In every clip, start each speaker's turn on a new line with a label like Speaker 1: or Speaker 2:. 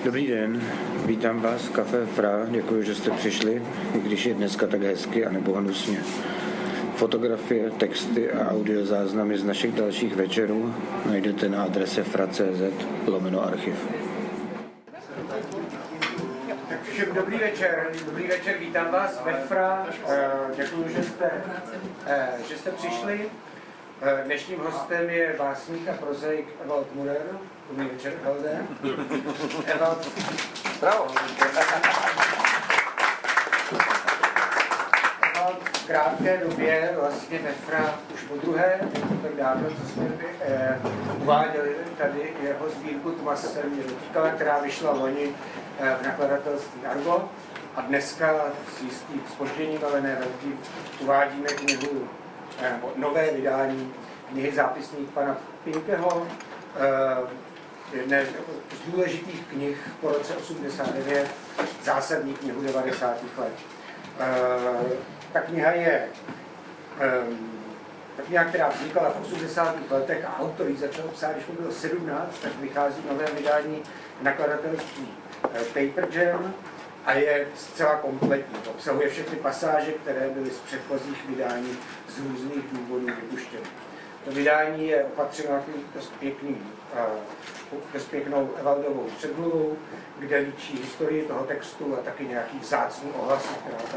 Speaker 1: Dobrý den, vítám vás v Café Fra, děkuji, že jste přišli, i když je dneska tak hezky a nebo hnusně. Fotografie, texty a audiozáznamy z našich dalších večerů najdete na adrese fra.cz/archiv.
Speaker 2: Tak všem dobrý večer, vítám vás ve Fra, děkuji, že jste přišli. Dnešním hostem je básník a prozaik Ewald Murer. Dobrý večer, Ewalde. Ewald.
Speaker 3: Bravo.
Speaker 2: Ewald v krátké době, vlastně ve Fra už po druhé, tak dávno, co jsme uváděli tady jeho sbírku Tma se mě dotýkala, která vyšla loni v nakladatelství Argo. A dneska s jistým zpožděním, ale ne velkým, uvádíme knihu nové vydání knihy Zápisník pana Pinkeho, jedné z důležitých knih po roce 89, zásadní knihu 90. let. Ta kniha je která vznikala v 80. letech a autor ji začal psát, když mu bylo 17, tak vychází nové vydání nakladatelství Paper Jam a je zcela kompletní. Obsahuje všechny pasáže, které byly z předchozích vydání z různých důvodů vypuštěny. To vydání je opatřeno dost pěknou Ewaldovou předmluvou, kde líčí historii toho textu a taky nějaký vzácný ohlasy,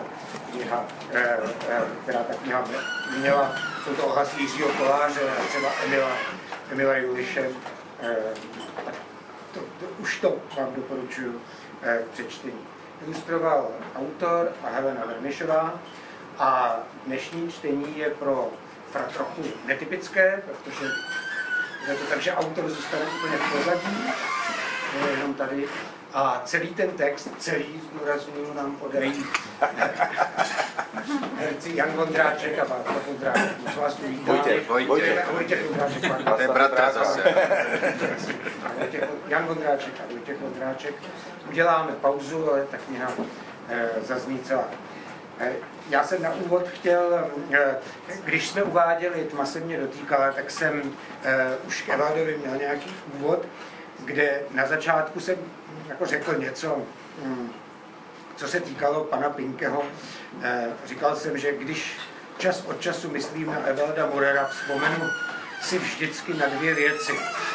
Speaker 2: která ta kniha měla. Jsou to ohlasy Jiřího Koláře a třeba Emila Juliše. Už to vám doporučuji k přečtení. Ilustroval autor a Helena Vernišová a dnešní čtení je pro Fra trochu netypické, protože je to tak, že autor zůstane úplně v pozadí, jenom tady. A celý ten text, zdůraznuju, nám podají herci Jan Vondráček a Václav Vondráček. Vojtěch Vondráček.
Speaker 3: To je bratr zase.
Speaker 2: Jan Vondráček a Vojtěch Vondráček. Uděláme pauzu, ale ta kniha zazní celá. Já jsem na úvod chtěl, když jsme uváděli Tma se mě dotýkala, tak jsem už k Ewaldovi měl nějaký úvod, kde na začátku jsem jako řekl něco, co se týkalo pana Pinkeho. Říkal jsem, že když čas od času myslím na Ewalda Murera, vzpomenu si vždycky na dvě věci.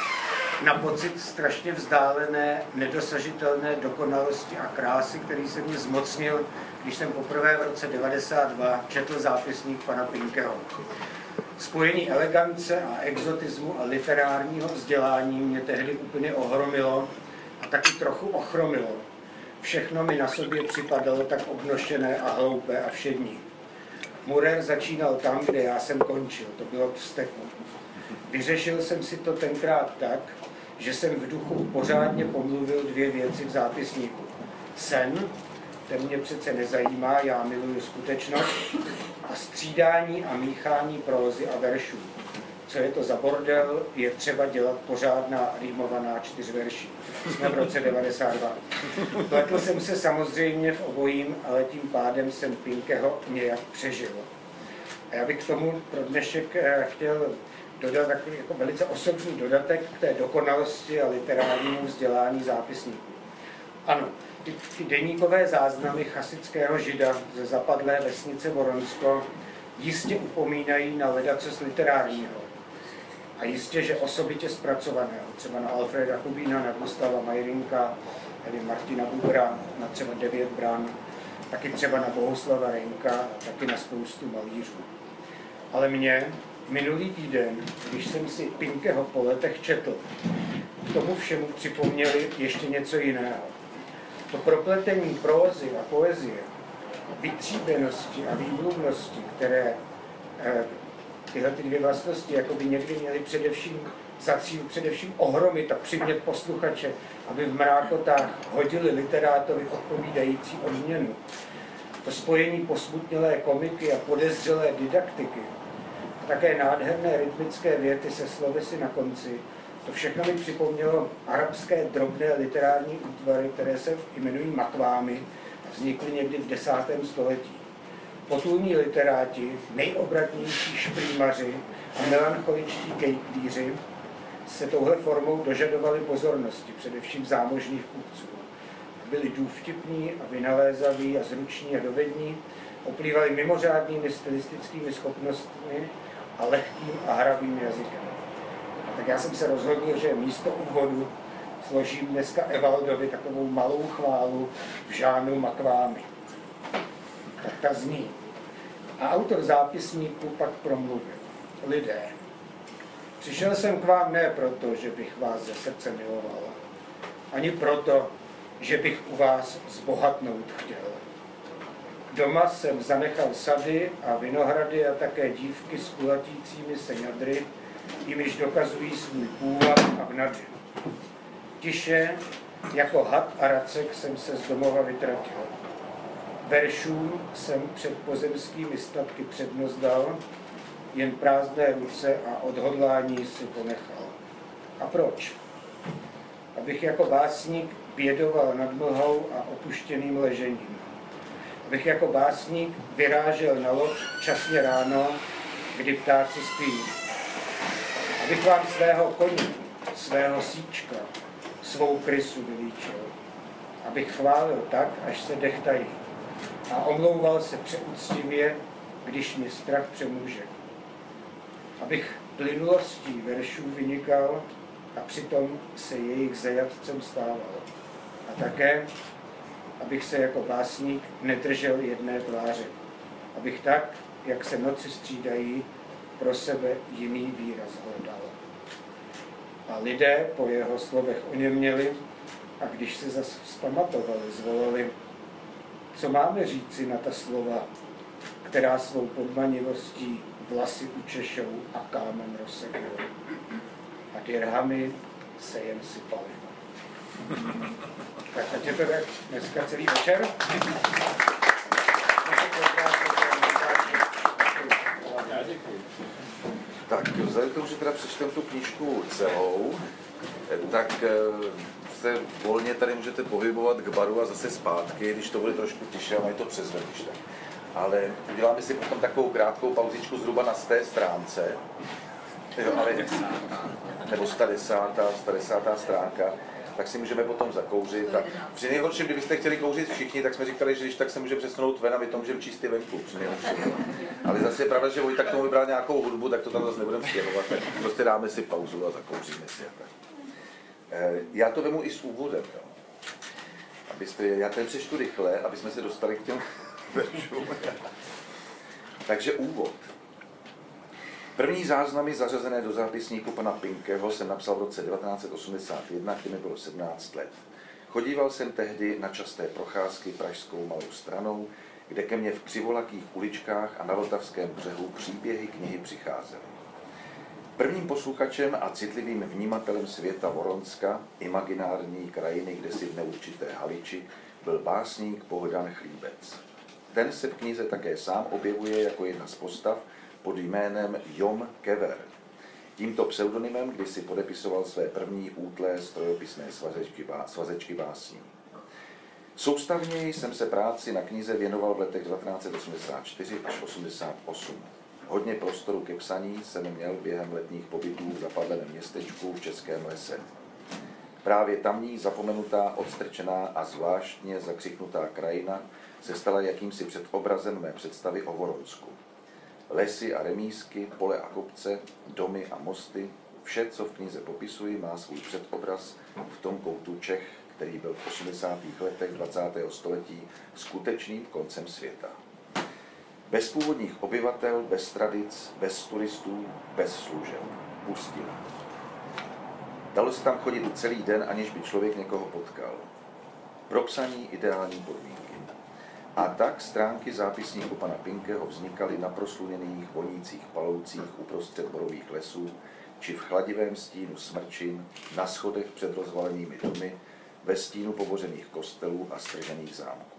Speaker 2: Na pocit strašně vzdálené, nedosažitelné dokonalosti a krásy, který se mě zmocnil, když jsem poprvé v roce 92 četl zápisník pana Pinkeho. Spojení elegance a exotismu a literárního vzdělání mě tehdy úplně ohromilo a taky trochu ochromilo. Všechno mi na sobě připadalo tak obnošené a hloupé a všední. Murer začínal tam, kde já jsem končil, to bylo v steku. Vyřešil jsem si to tenkrát tak, že jsem v duchu pořádně pomluvil dvě věci v zápisníku. Sen, ten mě přece nezajímá, já miluju skutečnost, a střídání a míchání prózy a veršů. Co je to za bordel, je třeba dělat pořádná rýmovaná 4 Jsme v roce 92. Pletl jsem se samozřejmě v obojím, ale tím pádem jsem Pinkeho nějak přežil. A já bych k tomu pro dnešek chtěl dodat takový jako velice osobní dodatek k té dokonalosti a literárnímu vzdělání zápisníků. Ano, ty deníkové záznamy chasického žida ze zapadlé vesnice Voronsko jistě upomínají na ledacos literárního. A jistě, že osobitě zpracovaného, třeba na Alfreda Kubína, na Gustava Majrinka, tedy Martina Bubra, na třeba 9 bran, taky třeba na Bohuslava Rejnka, taky na spoustu malířů. Ale mě minulý týden, když jsem si Pinkeho po letech četl, k tomu všemu připomněli ještě něco jiného. To propletení prózy a poezie, vytříbenosti a výmluvnosti, které tyhle dvě vlastnosti jakoby někdy měly za cíl především ohromit a přimět posluchače, aby v mrákotách hodili literátovi odpovídající odměnu. To spojení posmutnělé komiky a podezřelé didaktiky a také nádherné rytmické věty se slovesy na konci, to všechno mi připomnělo arabské drobné literární útvary, které se jmenují matvámy a vznikly někdy v 10. století. Potulní literáti, nejobratnější šprýmaři a melancholičtí kejklíři se touhle formou dožadovali pozornosti, především zámožných kupců. byli důvtipní a vynalézaví a zruční a dovední, oplývali mimořádnými stylistickými schopnostmi a lehkým a hravým jazykem. A tak já jsem se rozhodl, že místo úvodu složím dneska Evaldovi takovou malou chválu v žánru makvámy. Tak ta zní. A autor zápisníku pak promluvil. Lidé, přišel jsem k vám ne proto, že bych vás ze srdce miloval, ani proto, že bych u vás zbohatnout chtěl. Doma jsem zanechal sady a vinohrady a také dívky s kulatícími se ňadry, jimiž dokazují svůj půvab a vnady. Tiše, jako had a racek jsem se z domova vytratil. Veršům jsem před pozemskými statky přednost dal, jen prázdné ruce a odhodlání si ponechal. A proč? Abych jako básník bědoval nad mlhou a opuštěným ležením. Abych jako básník vyrážel na loď časně ráno, kdy ptáci spí. Abych vám svého koně, svého síčka, svou krysu vylíčil. Abych chválil tak, až se dechtají. A omlouval se přeúctivě, když mi strach přemůže. Abych plynulostí veršů vynikal a přitom se jejich zajatcem stával. A také, abych se jako básník nedržel jedné tváře. Abych tak, jak se noci střídají, pro sebe jiný výraz hledal. A lidé po jeho slovech oněměli a když se zas vzpamatovali, zvolali, co máme říci na ta slova, která svou podmanivostí vlasy učešou a kámen rozseknou. A dirhamy se jen sypaly. Tak ať je to tak dneska celý večer.
Speaker 3: Tak vzhledem k tomu, že teda přečtem tu knížku celou, tak se volně tady můžete pohybovat k baru a zase zpátky, když to bude trošku tiše a mají to přes když tak. Ale uděláme si potom takovou krátkou pauzičku zhruba na 100. stránce, jo, ale, nebo 110. stránka, tak si můžeme potom zakouřit. A při nejhorším, kdybyste chtěli kouřit všichni, tak jsme říkali, že když tak se může přesunout ven a my to můžeme číst i venku. Ale zase je pravda, že Vojta k tomu vybral nějakou hudbu, tak to tam zase nebudeme stěhovat. Prostě dáme si pauzu a zakouříme si. Já to vemu i s úvodem. Jo. Já ten přečtu rychle, aby jsme se dostali k těm veršům. Takže úvod. První záznamy zařazené do zápisníku pana Pinkeho jsem napsal v roce 1981, kdy mi bylo 17 let. Chodíval jsem tehdy na časté procházky pražskou Malou Stranou, kde ke mně v křivolakých uličkách a na Vltavském břehu příběhy knihy přicházely. Prvním posluchačem a citlivým vnímatelem světa Voronska, imaginární krajiny kdesi v neurčité Haliči, byl básník Bohdan Chlíbec. Ten se v knize také sám objevuje jako jedna z postav pod jménem Jom Kever. Tímto pseudonymem kdysi podepisoval své první útlé strojopisné svazečky básní. Soustavněji jsem se práci na knize věnoval v letech 1984 až 1988. Hodně prostoru ke psaní jsem měl během letních pobytů v zapadleném městečku v Českém lese. Právě tamní zapomenutá, odstrčená a zvláštně zakřiknutá krajina se stala jakýmsi předobrazem mé představy o Voronsku. Lesy a remísky, pole a kopce, domy a mosty, vše, co v knize popisuji, má svůj předobraz v tom koutu Čech, který byl v 80. letech 20. století skutečným koncem světa. Bez původních obyvatel, bez tradic, bez turistů, bez služeb. Pustina. Dalo se tam chodit celý den, aniž by člověk někoho potkal. Pro psaní ideální podmínky. A tak stránky zápisníku pana Pinkeho vznikaly na prosluněných vonících paloucích uprostřed borových lesů, či v chladivém stínu smrčin, na schodech před rozvalenými domy, ve stínu pobořených kostelů a stržených zámků.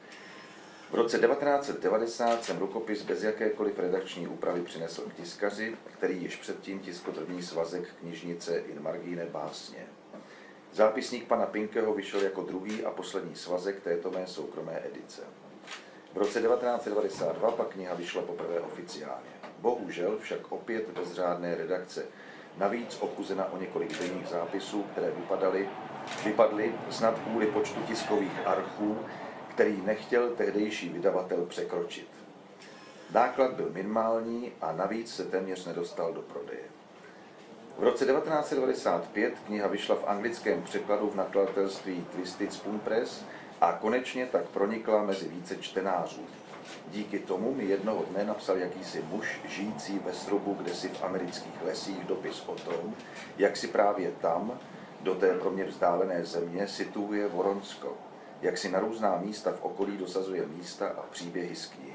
Speaker 3: V roce 1990 jsem rukopis bez jakékoliv redakční úpravy přinesl k tiskaři, který již předtím tiskl první svazek knižnice In Margine básně. Zápisník pana Pinkeho vyšel jako druhý a poslední svazek této mé soukromé edice. V roce 1992 pak kniha vyšla poprvé oficiálně. Bohužel však opět bez řádné redakce. Navíc ochuzena o několik denních zápisů, které vypadaly, Vypadly snad kvůli počtu tiskových archů, který nechtěl tehdejší vydavatel překročit. Náklad byl minimální a navíc se téměř nedostal do prodeje. V roce 1995 kniha vyšla v anglickém překladu v nakladatelství Twisted Spoon Press a konečně tak pronikla mezi více čtenářů. Díky tomu mi jednoho dne napsal jakýsi muž, žijící ve srubu kdesi v amerických lesích, dopis o tom, jak si právě tam, do té pro mě vzdálené země, situuje Voronsko, jak si na různá místa v okolí dosazuje místa a příběhy z knihy.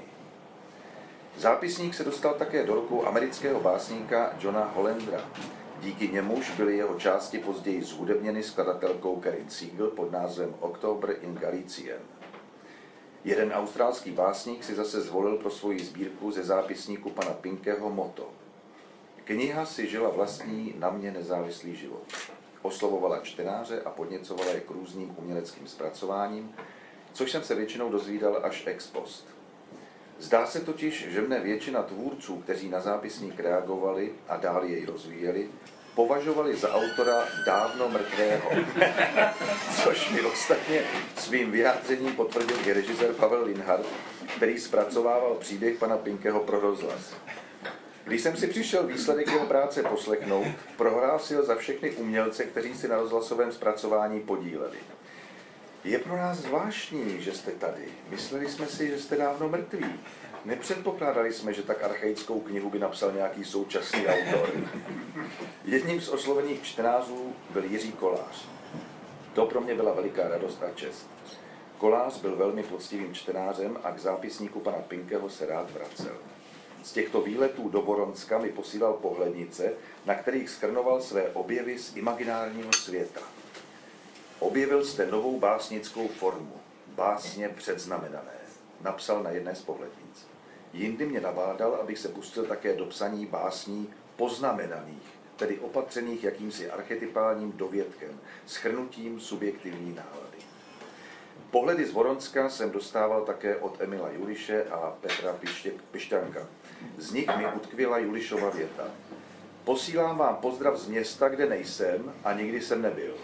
Speaker 3: Zápisník se dostal také do rukou amerického básníka Johna Hollandera. Díky němuž byly jeho části později zhudebněny skladatelkou Karen Siegel pod názvem October in Galicien. Jeden australský básník si zase zvolil pro svoji sbírku ze zápisníku pana Pinkeho motto. Kniha si žila vlastní na mě nezávislý život. Oslovovala čtenáře a podněcovala je k různým uměleckým zpracováním, což jsem se většinou dozvídal až ex post. Zdá se totiž, že mne většina tvůrců, kteří na zápisník reagovali a dál jej rozvíjeli, považovali za autora dávno mrtvého. Což mi ostatně svým vyjádřením potvrdil i režisér Pavel Linhart, který zpracovával příběh pana Pinkeho pro rozhlas. Když jsem si přišel výsledek jeho práce poslechnout, prohlásil za všechny umělce, kteří si na rozhlasovém zpracování podíleli. Je pro nás zvláštní, že jste tady. Mysleli jsme si, že jste dávno mrtví. Nepředpokládali jsme, že tak archaickou knihu by napsal nějaký současný autor. Jedním z oslovených čtenářů byl Jiří Kolář. To pro mě byla veliká radost a čest. Kolář byl velmi poctivým čtenářem a k zápisníku pana Pinkeho se rád vracel. Z těchto výletů do Voronska mi posílal pohlednice, na kterých shrnoval své objevy z imaginárního světa. Objevil jste novou básnickou formu, básně předznamenané, napsal na jedné z pohlednic. Jindy mě nabádal, abych se pustil také do psaní básní poznamenaných, tedy opatřených jakýmsi archetypálním dovědkem, shrnutím subjektivní nálady. Pohledy z Voronska jsem dostával také od Emila Juliše a Petra Pišťanka. Z nich mi utkvěla Julišova věta. Posílám vám pozdrav z města, kde nejsem a nikdy jsem nebyl.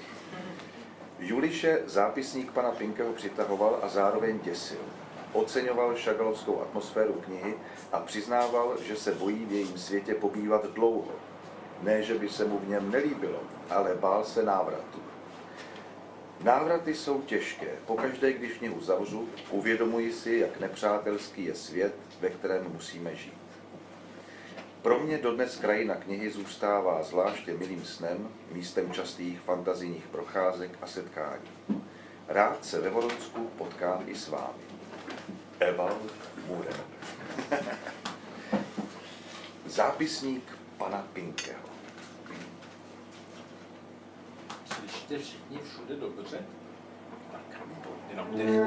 Speaker 3: Juliše zápisník pana Pinkeho přitahoval a zároveň děsil. Oceňoval šagalovskou atmosféru knihy a přiznával, že se bojí v jejím světě pobývat dlouho. Ne, že by se mu v něm nelíbilo, ale bál se návratu. Návraty jsou těžké. Pokaždé, když knihu zavřu, uvědomuji si, jak nepřátelský je svět, ve kterém musíme žít. Pro mě dodnes krajina knihy zůstává zvláště milým snem, místem častých fantazijních procházek a setkání. Rád se ve Voronsku potkám i s vámi. Evald Murer. Zápisník pana Pinkeho.
Speaker 4: Slyšíte všichni všude dobře? Tak, jenom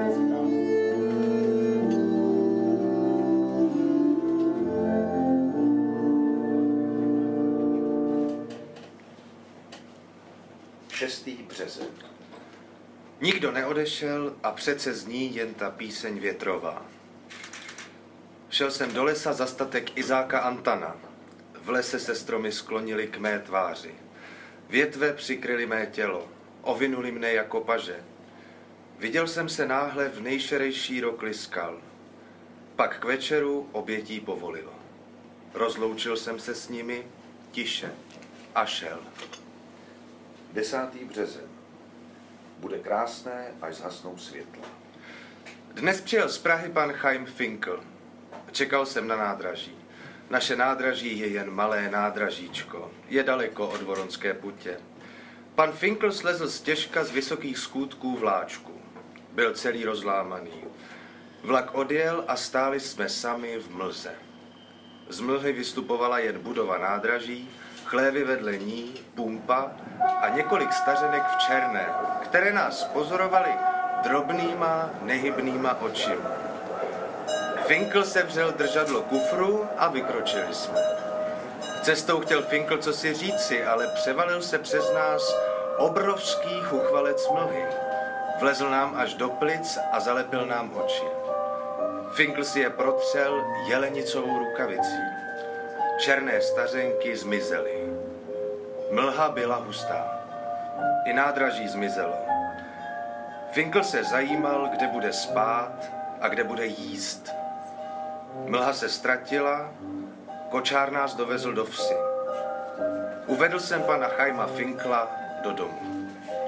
Speaker 1: březen. Nikdo neodešel a přece zní jen ta píseň větrová. Šel jsem do lesa za statek Izáka Antana. V lese se stromy sklonily k mé tváři. Větve přikryly mé tělo, ovinuli mne jako paže. Viděl jsem se náhle v nejšerejší rokli skal. Pak k večeru obětí povolilo. Rozloučil jsem se s nimi tiše a šel. 10. březen. Bude krásné, až zhasnou světla. Dnes přijel z Prahy pan Chaim Finkel. Čekal jsem na nádraží. Naše nádraží je jen malé nádražíčko. Je daleko od Voronské putě. Pan Finkel slezl stěžka z vysokých skůtků vláčku. Byl celý rozlámaný. Vlak odjel a stáli jsme sami v mlze. Z mlhy vystupovala jen budova nádraží, chlévy vedle ní, pumpa a několik stařenek v černém, které nás pozorovali drobnýma, nehybnýma očima. Finkel sevřel držadlo kufru a vykročili jsme. Cestou chtěl Finkel cosi říci, ale převalil se přes nás obrovský chuchvalec mlhy. Vlezl nám až do plic a zalepil nám oči. Finkel si je protřel jelenicovou rukavicí. Černé stařenky zmizely. Mlha byla hustá.
Speaker 5: I nádraží zmizelo. Finkl se zajímal, kde bude spát a kde bude jíst. Mlha se ztratila, kočár nás dovezl do vsi. Uvedl jsem pana Chaima Finkla do domu.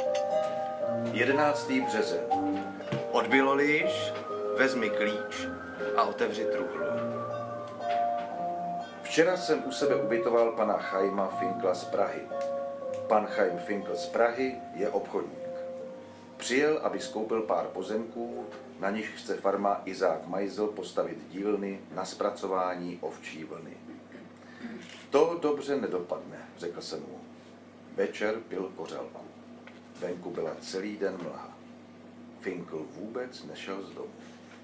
Speaker 3: 11. březen.
Speaker 5: Odbylo-li již, vezmi klíč a otevři truhlu.
Speaker 3: Včera jsem u sebe ubytoval pana Chaima Finkla z Prahy. Pan Chaim Finkl z Prahy je obchodník. Přijel, aby skoupil pár pozemků, na nich chce farma Izák Majzl postavit dílny na zpracování ovčí vlny. To dobře nedopadne, řekl jsem mu. Večer pil kořalku. Venku byla celý den mlha. Finkl vůbec nešel z domu.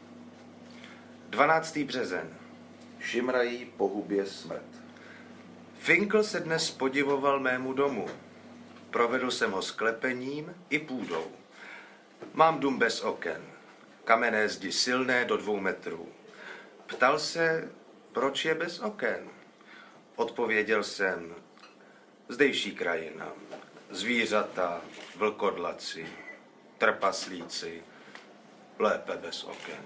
Speaker 5: 12. březen.
Speaker 3: Šimrají po hubě smrt.
Speaker 5: Finkl se dnes podivoval mému domu. Provedl jsem ho sklepením i půdou. Mám dům bez oken. Kamenné zdi silné do 2 metrů. Ptal se, proč je bez oken. Odpověděl jsem, zdejší krajina, zvířata, vlkodlaci, trpaslíci, lépe bez oken.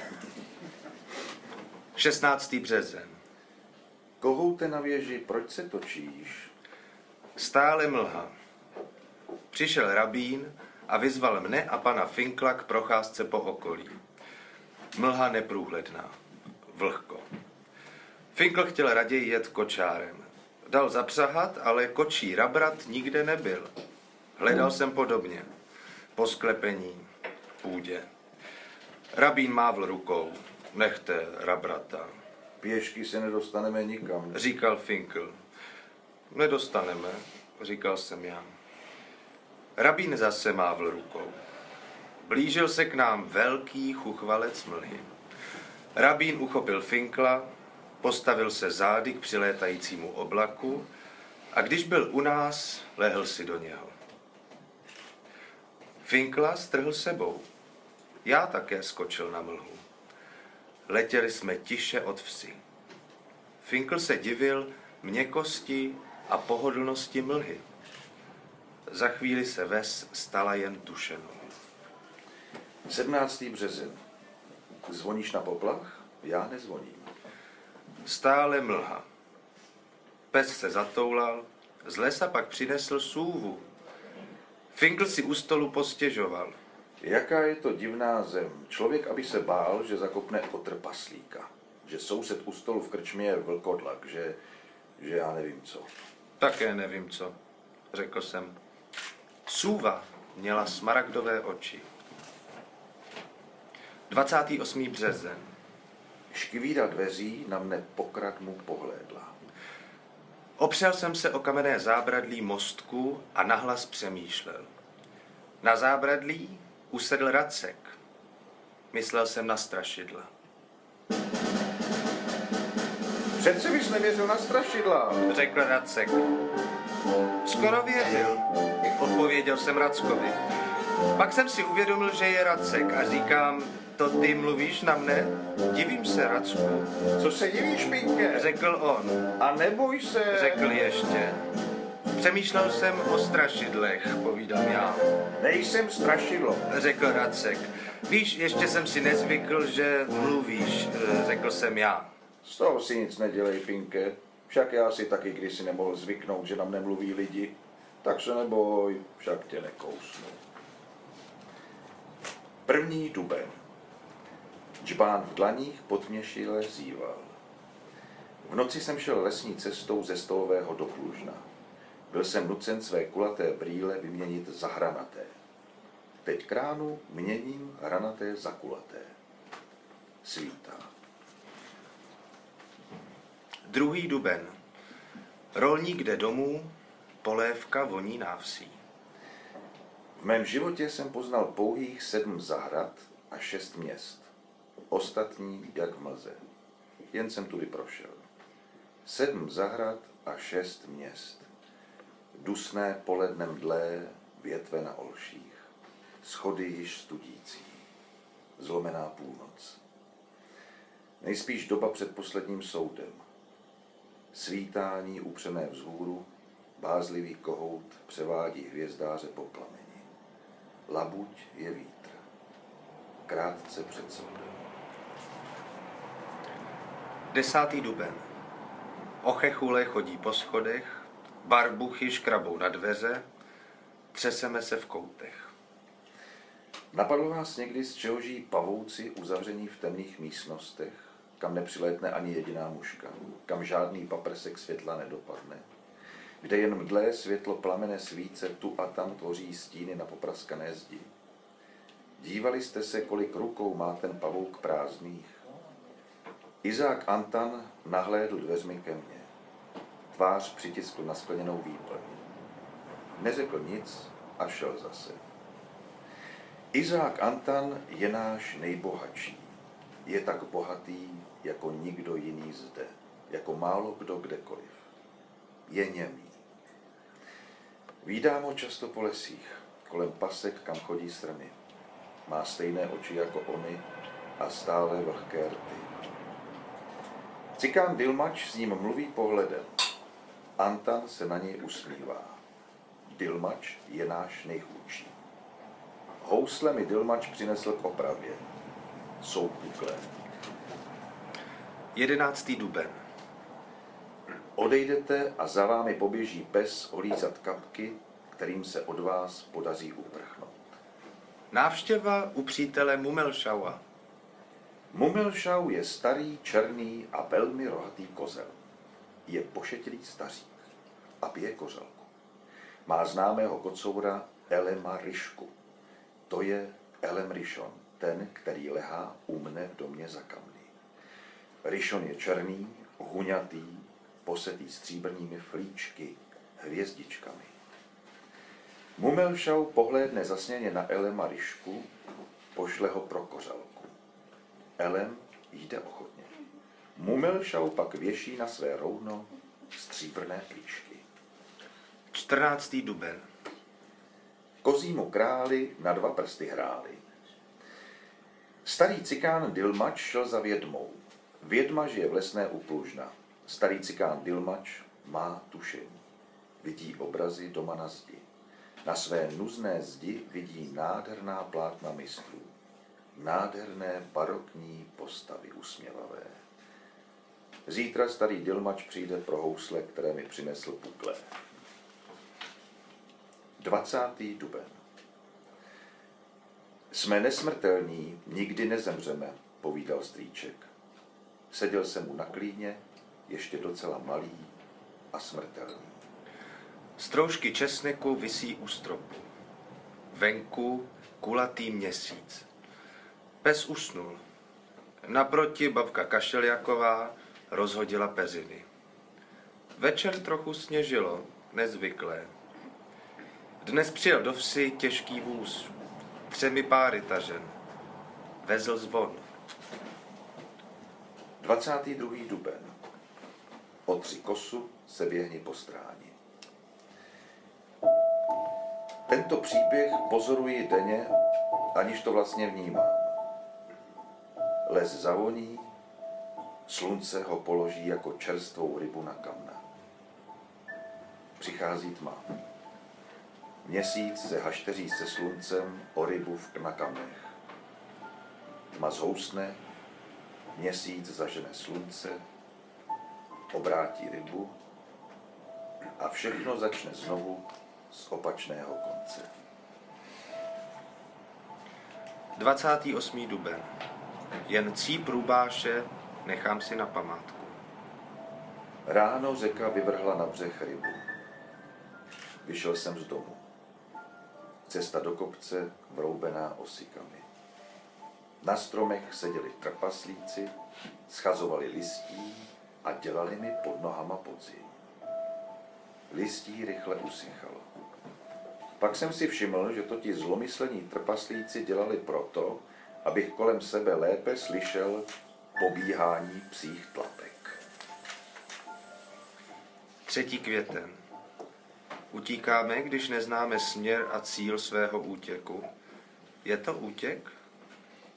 Speaker 5: 16. březen.
Speaker 3: Kohoute na věži, proč se točíš?
Speaker 5: Stále mlha. Přišel rabín a vyzval mne a pana Finkla k procházce po okolí. Mlha neprůhledná. Vlhko. Finkl chtěl raději jet kočárem. Dal zapřahat, ale kočí rabrat nikde nebyl. Hledal jsem podobně. Po sklepení, půdě. Rabín mávl rukou. Nechte rabrata.
Speaker 3: Pěšky se nedostaneme nikam.
Speaker 5: Říkal Finkl. Nedostaneme, říkal jsem já. Rabín zase mávl rukou. Blížil se k nám velký chuchvalec mlhy. Rabín uchopil Finkla, postavil se zády k přilétajícímu oblaku a když byl u nás, lehl si do něho. Finkla strhl sebou. Já také skočil na mlhu. Letěli jsme tiše od vsi. Finkl se divil měkkosti a pohodlnosti mlhy. Za chvíli se ves stala jen tušenou.
Speaker 3: 17. březen. Zvoníš na poplach? Já nezvoním.
Speaker 5: Stále mlha. Pes se zatoulal, z lesa pak přinesl sůvu. Finkl si u stolu postěžoval.
Speaker 3: Jaká je to divná zem. Člověk, aby se bál, že zakopne otrpaslíka. Že soused u stolu v krčmě je vlkodlak, že já nevím co.
Speaker 5: Také nevím co, řekl jsem. Sůva měla smaragdové oči. 28. březen.
Speaker 3: Škvíra dveří na mne pokradmu pohlédla.
Speaker 5: Opřel jsem se o kamenné zábradlí mostku a nahlas přemýšlel. Na zábradlí usedl Racek. Myslel jsem na strašidla.
Speaker 3: Přece bys nevěřil na strašidla,
Speaker 5: Řekl Racek. Skoro věřil, odpověděl jsem Rackovi. Pak jsem si uvědomil, že je Racek a říkám, to ty mluvíš na mne? Divím se, Racku.
Speaker 3: Co se divíš, Pinke?
Speaker 5: Řekl on.
Speaker 3: A neboj se.
Speaker 5: Řekl ještě. Přemýšlel jsem o strašidlech, povídám já.
Speaker 3: Nejsem strašidlo.
Speaker 5: Řekl Racek. Víš, ještě jsem si nezvykl, že mluvíš, řekl jsem já.
Speaker 3: Z toho si nic nedělej, Pinke. Však já si taky kdysi nemohl zvyknout, že nám nemluví lidi. Tak se neboj, však tě nekousnu. 1. duben. Džbán v dlaních potměšile zíval. V noci jsem šel lesní cestou ze Stolového do Klužna. Byl jsem nucen své kulaté brýle vyměnit za hranaté. Teď k ránu měním hranaté za kulaté. Svítá.
Speaker 5: 2. duben. Rolník jde domů, polévka voní návsí.
Speaker 3: V mém životě jsem poznal pouhých 7 zahrad a 6 měst. Ostatní jak v mlze. Jen jsem tudy prošel. 7 zahrad a 6 měst. Dusné poledne mdlé, větve na olších. Schody již studící. Zlomená půlnoc. Nejspíš doba před posledním soudem. Svítání upřené vzhůru, Bázlivý kohout převádí hvězdáře po plameni. Labuť je vítr. Krátce před soudem.
Speaker 5: 10. duben. Ochechule chodí po schodech, barbuchy škrabou na dveře, třeseme se v koutech.
Speaker 3: Napadlo vás někdy, z čeho žijí pavouci uzavření v temných místnostech, kam nepřilétne ani jediná muška, kam žádný paprsek světla nedopadne, kde jen mdlé světlo plamene svíce tu a tam tvoří stíny na popraskané zdi? Dívali jste se, kolik rukou má ten pavouk prázdných? Izák Antan nahlédl dveřmi ke mně. Tvář přitiskl na skleněnou výplň. Neřekl nic a šel zase. Izák Antan je náš nejbohatší. Je tak bohatý jako nikdo jiný zde, jako málo kdo kdekoliv. Je němý. Vídám ho často po lesích, kolem pasek, kam chodí strmy. Má stejné oči jako ony a stále vlhké rty. Cikán Dilmač s ním mluví pohledem. Antan se na něj usmívá. Dilmač je náš nejchudší. Housle mi Dilmač přinesl k opravě. Jsou puklé.
Speaker 5: 11. duben.
Speaker 3: Odejdete a za vámi poběží pes olízat kapky, kterým se od vás podaří uprchnout.
Speaker 5: Návštěva u přítele Mumelšaua.
Speaker 3: Mumelšau je starý, černý a velmi rohatý kozel. Je pošetilý stařík a pije kořalku. Má známého kocoura Elema Ryšku. To je Elem Rishon, ten, který lehá u mne v domě za kamny. Rishon je černý, huňatý, posetý stříbrnými flíčky, hvězdičkami. Mumelšau pohlédne zasněně na Elema Ryšku, pošle ho pro kořalku. Elem jde ochotně. Mumelšau pak věší na své rouno stříbrné plíšky.
Speaker 5: 14. duben.
Speaker 3: Kozímu králi na 2 prsty hráli. Starý cikán Dilmač šel za vědmou. Vědma žije v lesné u Plužna. Starý cikán Dilmač má tušení. Vidí obrazy doma na zdi. Na své nuzné zdi vidí nádherná plátna mistrů. Nádherné barokní postavy usměvavé. Zítra starý Dilmač přijde pro housle, které mi přinesl puklé. 20. duben. Jsme nesmrtelní, nikdy nezemřeme, povídal strýček. Seděl jsem mu na klíně, ještě docela malý a smrtelný.
Speaker 5: Stroužky česneku visí u stropu. Venku kulatý měsíc. Pes usnul. Naproti babka Kašeljaková rozhodila peřiny. Večer trochu sněžilo, nezvyklé. Dnes přijel do vsi těžký vůz, 3 páry tažen. Vezl zvon.
Speaker 3: 22. duben. Otři kosu se běhni po stráni. Tento příběh pozoruji denně, aniž to vlastně vnímám. Les zavoní, slunce ho položí jako čerstvou rybu na kamna. Přichází tma. Měsíc se hašteří se sluncem o rybu na kamnech. Tma zhousne, měsíc zažene slunce, obrátí rybu a všechno začne znovu z opačného konce.
Speaker 5: 28. duben. Jen cíp rubáše nechám si na památku.
Speaker 3: Ráno řeka vyvrhla na břeh rybu. Vyšel jsem z domu. Cesta do kopce vroubená osykami. Na stromech seděli trpaslíci, schazovali listí a dělali mi pod nohama podzim. Listí rychle usychalo. Pak jsem si všiml, že to ti zlomyslení trpaslíci dělali proto, abych kolem sebe lépe slyšel pobíhání psích tlapek.
Speaker 5: 3. květen. Utíkáme, když neznáme směr a cíl svého útěku. Je to útěk?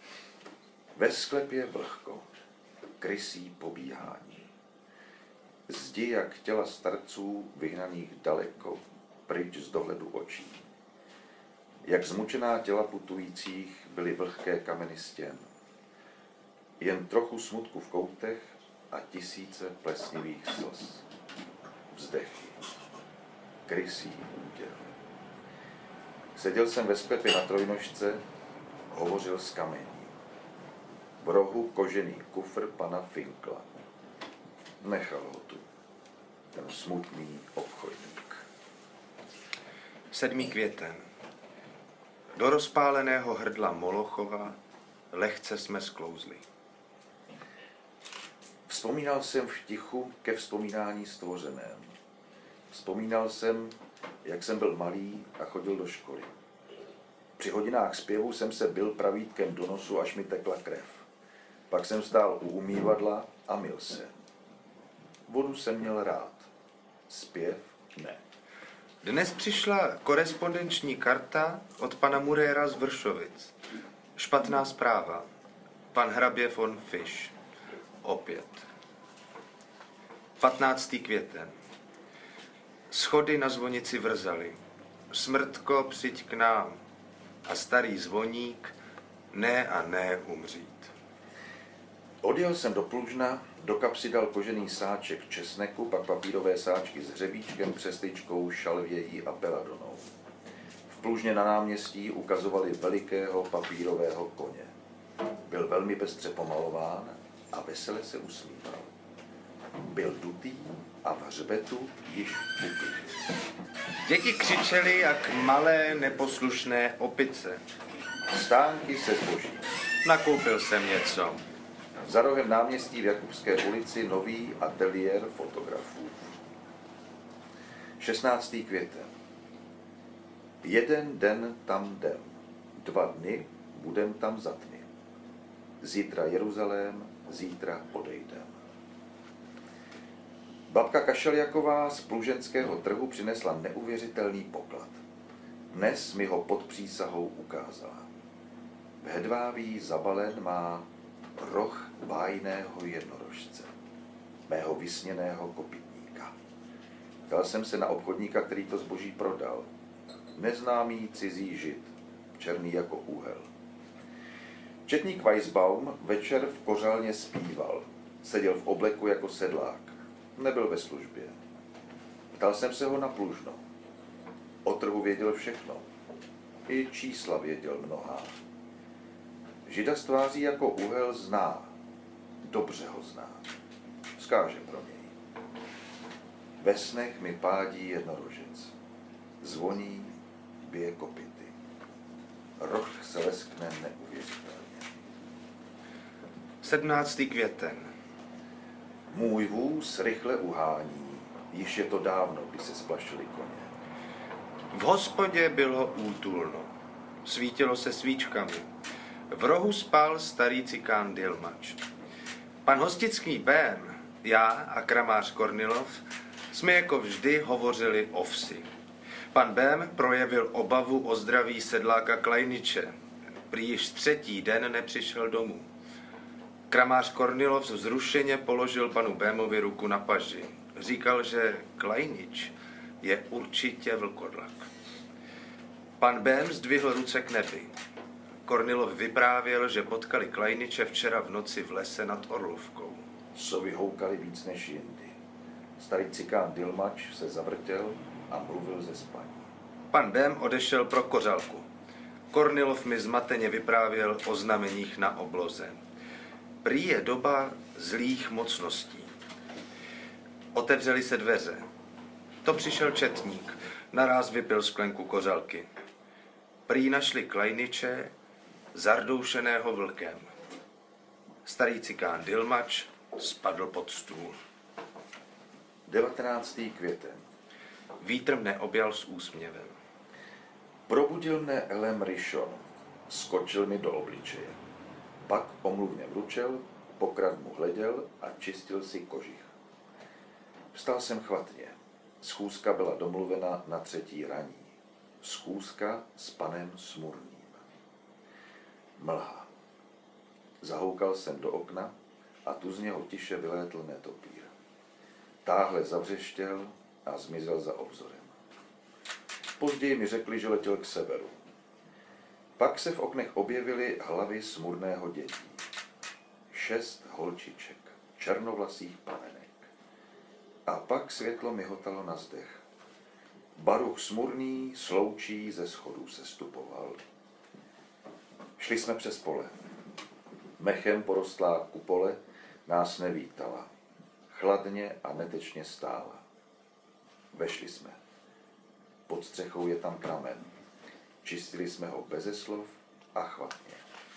Speaker 3: Ve sklepě vlhko, krysí pobíhání. Zdi jak těla starců vyhnaných daleko, pryč z dohledu očí. Jak zmučená těla putujících byly vlhké kameny stěn. Jen trochu smutku v koutech a tisíce plesnivých slz. Vzdechy. Krysí úděl. Seděl jsem ve sklepě na trojnožce, hovořil s kamení. V rohu kožený kufr pana Finkla. Nechal ho tu, ten smutný obchodník.
Speaker 5: 7. květen. Do rozpáleného hrdla Molochova lehce jsme sklouzli.
Speaker 3: Vzpomínal jsem v tichu ke vzpomínání stvořeném. Vzpomínal jsem, jak jsem byl malý a chodil do školy. Při hodinách zpěvu jsem se bil pravítkem do nosu, až mi tekla krev. Pak jsem stál u umývadla a myl se. Vodu jsem měl rád. Zpěv ne.
Speaker 5: Dnes přišla korespondenční karta od pana Muréra z Vršovic. Špatná zpráva. Pan hrabě von Fisch. Opět. 15. květen. Schody na zvonici vrzaly. Smrtko, přijď k nám. A starý zvoník, ne a ne umřít.
Speaker 3: Odjel jsem do Plužna, do kapsy dal kožený sáček česneku, pak papírové sáčky s hřebíčkem, přesličkou, šalvějí a beladonou. V Plužně na náměstí ukazovali velikého papírového koně. Byl velmi pestře pomalován a vesele se usmíval. Byl dutý a v hřbetu již pupy.
Speaker 5: Děti křičely jak malé neposlušné opice.
Speaker 3: Stánky se zboží.
Speaker 5: Nakoupil jsem něco.
Speaker 3: Za rohem náměstí v Jakubské ulici nový ateliér fotografů. 16. květen. Jeden den tam jdem, 2 dny budem tam za tmy. Zítra Jeruzalém, zítra odejdem. Babka Kašeljaková z pluženského trhu přinesla neuvěřitelný poklad. Dnes mi ho pod přísahou ukázala. V hedváví zabalen má roh bájného jednorožce, mého vysněného kopytníka. Ptal jsem se na obchodníka, který to zboží prodal. Neznámý cizí žid, černý jako úhel. Četník Weisbaum večer v kořálně zpíval. Seděl v obleku jako sedlák. Nebyl ve službě. Ptal jsem se ho na Plužno. O trhu věděl všechno. I čísla věděl mnohá. Žida z tváří jako úhel zná. Dobře ho zná. Vzkáže pro něj. Ve snech mi pádí jednorožec. Zvoní, bije kopyty. Roh se leskne neuvěřitelně.
Speaker 5: 17. květen.
Speaker 3: Můj vůz rychle uhání. Již je to dávno, kdy se splašily koně.
Speaker 5: V hospodě bylo útulno. Svítilo se svíčkami. V rohu spal starý cikán Dilmač. Pan hostický Bém, já a kramář Kornilov jsme jako vždy hovořili o vsi. Pan Bém projevil obavu o zdraví sedláka Klajniče. Prý již 3. den nepřišel domů. Kramář Kornilov vzrušeně položil panu Bémovi ruku na paži. Říkal, že Klajnič je určitě vlkodlak. Pan Bém zdvihl ruce k nebi. Kornilov vyprávěl, že potkali Klajniče včera v noci v lese nad Orlovkou.
Speaker 3: Sovy houkali víc než jindy. Starý cikán Dilmač se zavrtěl a mluvil ze spaní.
Speaker 5: Pan Bém odešel pro kořalku. Kornilov mi zmateně vyprávěl o znameních na obloze. Prý je doba zlých mocností. Otevřely se dveře. To přišel četník. Naráz vypil sklenku kořalky. Prý našli Klajniče zardoušeného vlkem. Starý cikán Dilmač spadl pod stůl.
Speaker 3: 19. květen.
Speaker 5: Vítr mne objal s úsměvem.
Speaker 3: Probudil mne Elem Rishon. Skočil mi do obličeje. Pak omluvně vručel, pokrad mu hleděl a čistil si kožich. Vstal jsem chvatně. Schůzka byla domluvena na 3. raní. Schůzka s panem Smurným. Mlha. Zahoukal jsem do okna a tu z něho tiše vylétl netopír. Táhle zavřeštěl a zmizel za obzorem. Později mi řekli, že letěl k severu. Pak se v oknech objevily hlavy smurného dětí. 6 holčiček, černovlasých panenek. A pak světlo mihotalo na zdech. Baruch smurný, sloučí ze schodů sestupoval. Šli jsme přes pole. Mechem porostlá kupole nás nevítala. Chladně a netečně stála. Vešli jsme. Pod střechou je tam pramen. Čistili jsme ho beze slov a chvatně.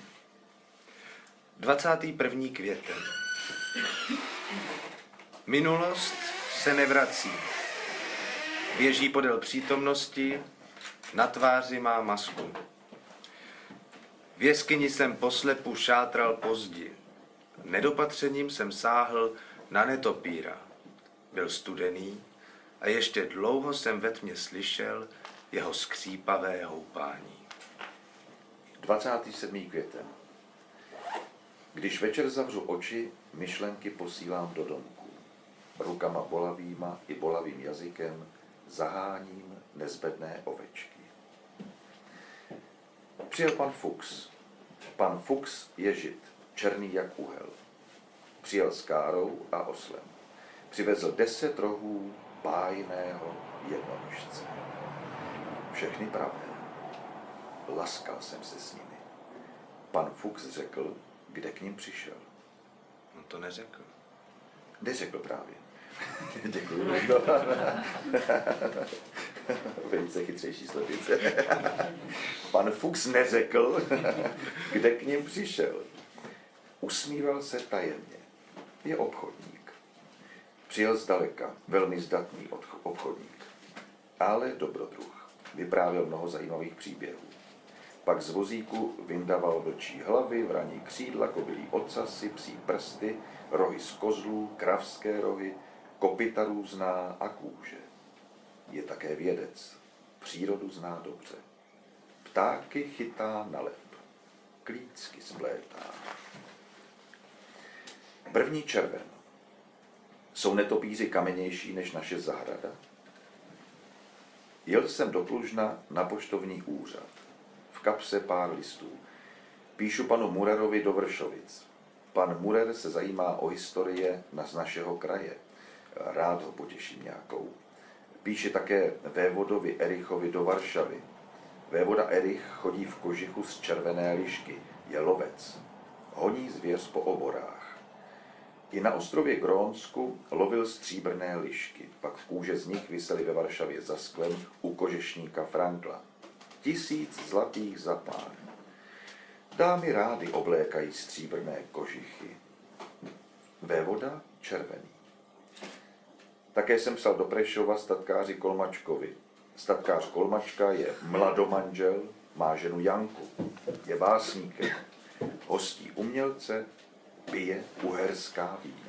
Speaker 5: 21. květen. Minulost se nevrací. Běží podél přítomnosti, na tváři má masku. V jeskyni jsem poslepu šátral pozdě. Nedopatřením jsem sáhl na netopíra. Byl studený a ještě dlouho jsem ve tmě slyšel jeho skřípavé houpání.
Speaker 3: 27. květen. Když večer zavřu oči, myšlenky posílám do domku. Rukama bolavýma i bolavým jazykem zaháním nezbedné ovečky. Přijel pan Fuchs. Pan Fuchs je žid, černý jak uhel. Přijel s károu a oslem. Přivezl 10 rohů bájného jednonožce. Všechny pravé. Laskal jsem se s nimi. Pan Fuchs řekl, kde k ním přišel.
Speaker 5: On to neřekl.
Speaker 3: Neřekl právě. Děkuji. Velice chytřejší slepice. Pan Fuchs neřekl, kde k ním přišel. Usmíval se tajemně. Je obchodník. Přijel zdaleka, velmi zdatný obchodník. Ale dobrodruh. Vyprávěl mnoho zajímavých příběhů. Pak z vozíku vyndával vlčí hlavy, vraní křídla, kobylí ocasy, psí prsty, rohy z kozlů, kravské rohy, kopyta různá a kůže. Je také vědec. Přírodu zná dobře. Ptáky chytá na lep. Klícky splétá. 1. červen. Jsou netopíři kamennější než naše zahrada? Jel jsem do Plužna na poštovní úřad. V kapse pár listů. Píšu panu Murerovi do Vršovic. Pan Murer se zajímá o historie z našeho kraje. Rád ho potěším nějakou. Píše také vévodovi Erichovi do Varšavy. Vévoda Erich chodí v kožichu z červené lišky. Je lovec. Honí zvěř po oborách. I na ostrově Grónsku lovil stříbrné lišky. Pak v kůže z nich visely ve Varšavě za sklem u kožešníka Frankla. 1000 zlatých za pár. Dámy rády oblékají stříbrné kožichy. Vévoda červený. Také jsem psal do Prešova statkáři Kolmačkovi. Statkář Kolmačka je mladomanžel, má ženu Janku. Je básníkem. Hostí umělce, pije uherská vína.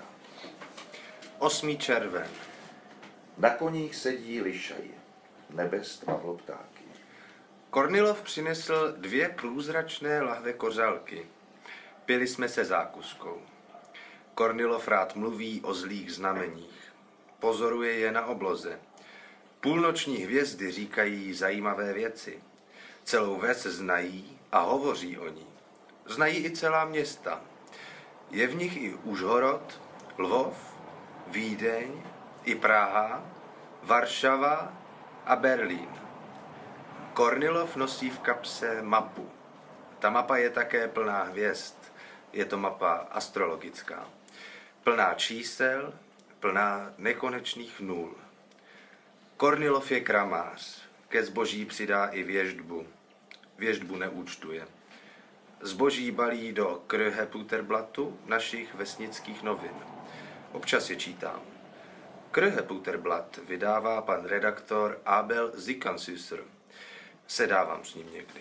Speaker 5: 8. červen.
Speaker 3: Na koních sedí lišaji. Nebe stmavlo ptáky.
Speaker 5: Kornilov přinesl 2 průzračné lahve kořalky. Pili jsme se zákuskou. Kornilov rád mluví o zlých znameních. Pozoruje je na obloze. Půlnoční hvězdy říkají zajímavé věci. Celou ves znají a hovoří o ní. Znají i celá města. Je v nich i Užhorod, Lvov, Vídeň, i Praha, Varšava a Berlín. Kornilov nosí v kapse mapu. Ta mapa je také plná hvězd. Je to mapa astrologická. Plná čísel, plná nekonečných nul. Kornilov je kramář. Ke zboží přidá i věždbu. Věždbu neúčtuje. Zboží balí do Kröheputerblatu našich vesnických novin. Občas je čítám. Kröheputerblatt vydává pan redaktor Abel Zickansüsser. Sedávám s ním někdy.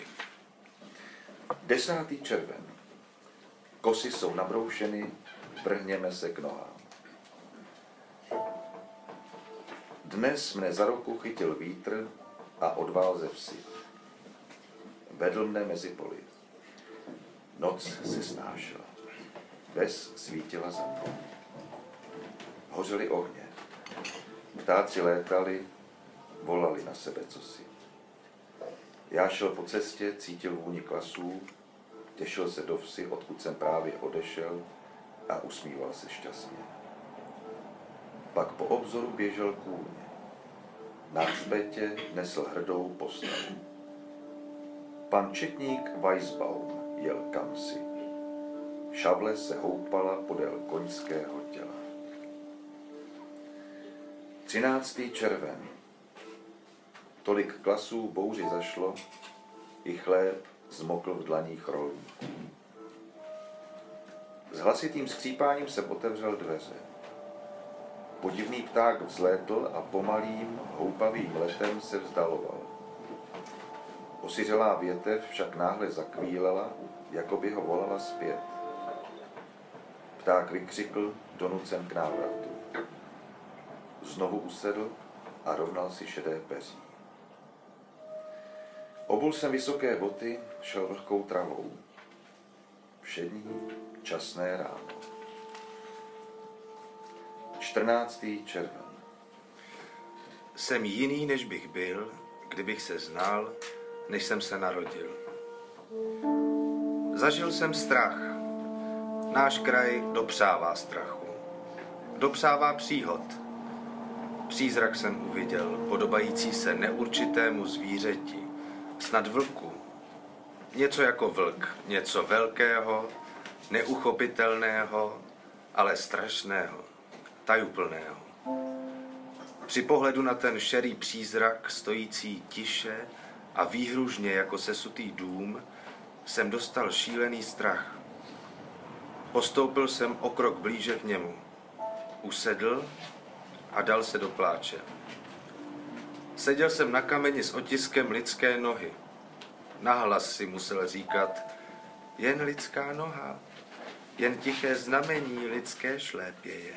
Speaker 3: 10. červen. Kosy jsou nabroušeny, vrhněme se k nohám. Dnes mne za ruku chytil vítr a odvál ze vsi. Vedl mne mezi poli. Noc se snášela. Ves svítila za mnou. Hořely ohně. Ptáci létali, volali na sebe cosi. Já šel po cestě, cítil vůni klasů, těšil se do vsi, odkud jsem právě odešel a usmíval se šťastně. Pak po obzoru běžel kůň. Na hřbetě nesl hrdou postavu. Pan četník Weisbaum jel kamsi. Šavle se houpala podél koňského těla. 13. červen. Tolik klasů bouři zašlo, i chléb zmokl v dlaních rolníků. S hlasitým skřípáním se otevřel dveře. Podivný pták vzlétl a pomalým, houpavým letem se vzdaloval. Osiřelá větev však náhle zakvílela, jako by ho volala zpět. Pták vykřikl, donucen k návratu. Znovu usedl a rovnal si šedé peří. Obul jsem vysoké boty, šel vlhkou travou. Všední, časné ráno. 14. červen.
Speaker 5: Jsem jiný, než bych byl, kdybych se znal, než jsem se narodil. Zažil jsem strach. Náš kraj dopřává strachu. Dopřává příhod. Přízrak jsem uviděl, podobající se neurčitému zvířeti, snad vlku. Něco jako vlk, něco velkého, neuchopitelného, ale strašného, tajuplného. Při pohledu na ten šerý přízrak, stojící tiše a výhružně jako sesutý dům, jsem dostal šílený strach. Postoupil jsem o krok blíže k němu. Usedl a dal se do pláče. Seděl jsem na kameni s otiskem lidské nohy. Nahlas si musel říkat, jen lidská noha, jen tiché znamení lidské šlépěje.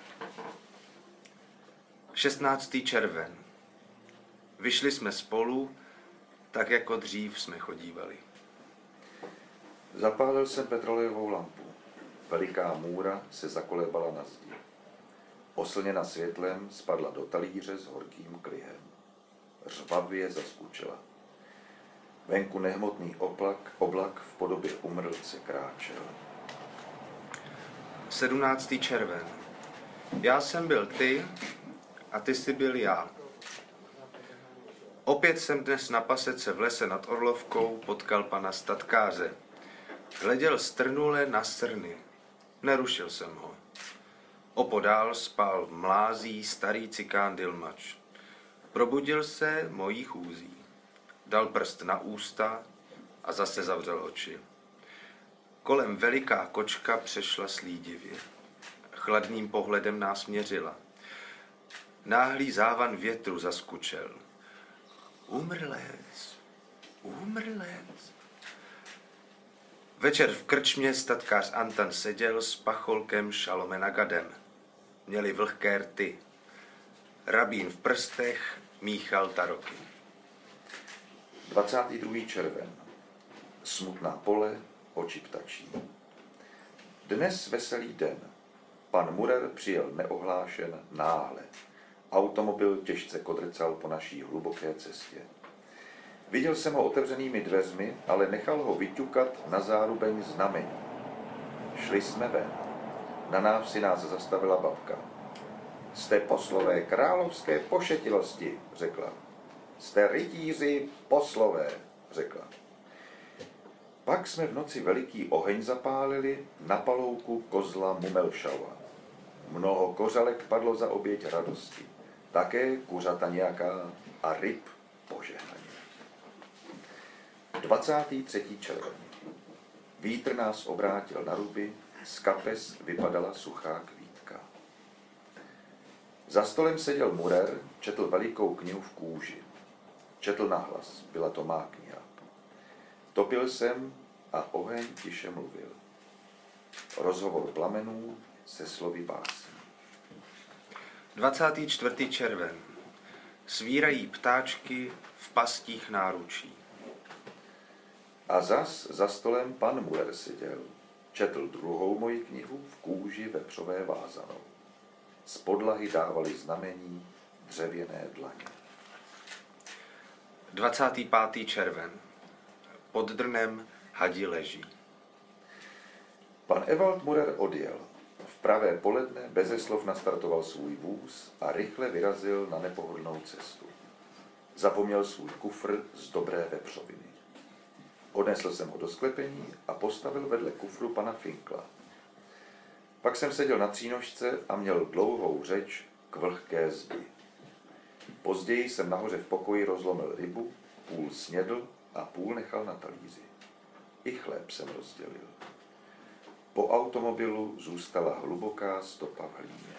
Speaker 5: 16. červen. Vyšli jsme spolu, tak jako dřív jsme chodívali.
Speaker 3: Zapálil jsem petrolejovou lampu. Veliká můra se zakolébala na zdi. Oslněna světlem spadla do talíře s horkým klihem. Řvavě zaskučela. Venku nehmotný oblak v podobě umrlce kráčel.
Speaker 5: 17. červen. Já jsem byl ty a ty jsi byl já. Opět jsem dnes na pasece v lese nad Orlovkou potkal pana statkáře. Hleděl strnule na srny. Nerušil jsem ho. Opodál spal v mlází starý cikán Dilmač. Probudil se mojí chůzí. Dal prst na ústa a zase zavřel oči. Kolem veliká kočka přešla slídivě. Chladným pohledem nás měřila. Náhlý závan větru zaskučel. Umrlec, umrlec. Večer v krčmě statkář Antan seděl s pacholkem Šalome Nagadem. Měli vlhké rty. Rabín v prstech míchal taroky.
Speaker 3: 22. červen. Smutná pole, oči ptačí. Dnes veselý den. Pan Murer přijel neohlášen náhle. Automobil těžce kodrcal po naší hluboké cestě. Viděl jsem ho otevřenými dveřmi, ale nechal ho vyťukat na zárubeň znamení. Šli jsme ven. Na návsi nás zastavila babka. Jste poslové královské pošetilosti, řekla. Jste rytíři poslové, řekla. Pak jsme v noci veliký oheň zapálili na palouku kozla Mumelšava. Mnoho kořalek padlo za oběť radosti. Také kuřata nějaká a ryb požehnaně. 23. červen. Vítr nás obrátil na ruby, z kapes vypadala suchá kvítka. Za stolem seděl Murer, četl velikou knihu v kůži. Četl nahlas, byla to má kniha. Topil jsem a oheň tiše mluvil. Rozhovor plamenů se slovy básní.
Speaker 5: 24. červen. Svírají ptáčky v pastích náručí.
Speaker 3: A zas za stolem pan Muller seděl. Četl druhou moji knihu v kůži vepřové vázanou. Z podlahy dávali znamení dřevěné dlaně.
Speaker 5: 25. červen. Pod drnem hadi leží.
Speaker 3: Pan Ewald Murer odjel. V pravé poledne beze slov nastartoval svůj vůz a rychle vyrazil na nepohodlnou cestu. Zapomněl svůj kufr z dobré vepřoviny. Odnesl jsem ho do sklepení a postavil vedle kufru pana Finkla. Pak jsem seděl na třínožce a měl dlouhou řeč k vlhké zdi. Později jsem nahoře v pokoji rozlomil rybu, půl snědl a půl nechal na talíři. I chléb jsem rozdělil. Po automobilu zůstala hluboká stopa v hlíně.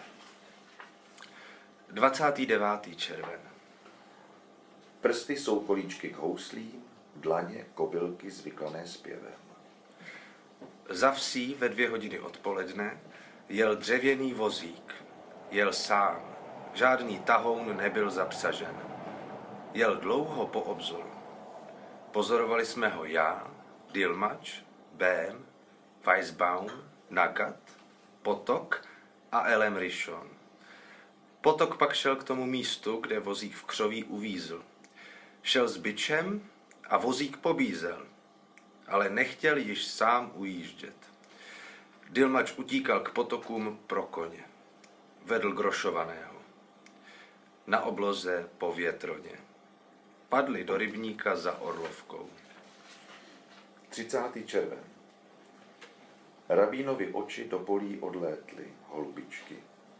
Speaker 5: 29. červen.
Speaker 3: Prsty jsou kolíčky k houslím, dlaně kobylky zvyklané zpěvem.
Speaker 5: Za vsí ve 2 hodiny odpoledne jel dřevěný vozík. Jel sám. Žádný tahoun nebyl zapřažen. Jel dlouho po obzoru. Pozorovali jsme ho já, Dilmač, Bém, Weisbaum, Nagat, Potok a Elem Rishon. Potok pak šel k tomu místu, kde vozík v křoví uvízl. Šel s bičem a vozík pobízel, ale nechtěl již sám ujíždět. Dilmač utíkal k potokům pro koně. Vedl grošovaného. Na obloze po větroně. Padli do rybníka za Orlovkou.
Speaker 3: 30. červen. Rabínovi oči do polí odlétly, holubičky.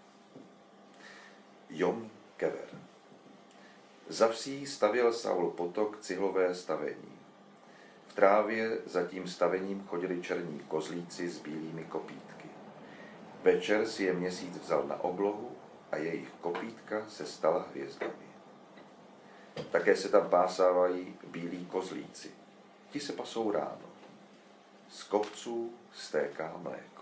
Speaker 3: Jom Kever. Za vsí stavěl Saul Potok cihlové stavení. V trávě za tím stavením chodili černí kozlíci s bílými kopítky. Večer si je měsíc vzal na oblohu a jejich kopítka se stala hvězdami. Také se tam pásávají bílí kozlíci. Ti se pasou ráno. Z kopců stéká mléko.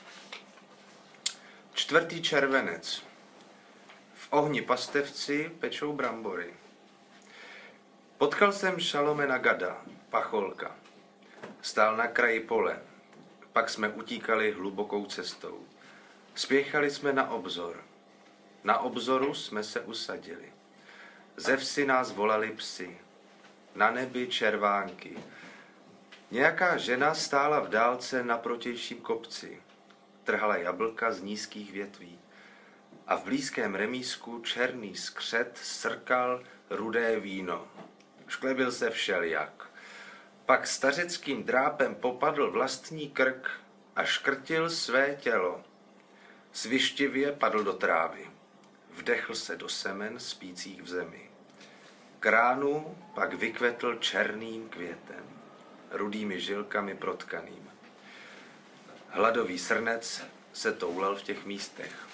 Speaker 5: 4. červenec. V ohni pastevci pečou brambory. Potkal jsem Šalomena Gada, pacholka. Stál na kraji pole. Pak jsme utíkali hlubokou cestou. Spěchali jsme na obzor. Na obzoru jsme se usadili. Ze vsi nás volali psi. Na nebi červánky. Nějaká žena stála v dálce na protějším kopci. Trhala jablka z nízkých větví. A v blízkém remísku černý skřet srkal rudé víno. Šklebil se všelijak. Pak stařeckým drápem popadl vlastní krk a škrtil své tělo. Svištivě padl do trávy. Vdechl se do semen spících v zemi. K ránu pak vykvetl černým květem, rudými žilkami protkaným. Hladový srnec se toulal v těch místech.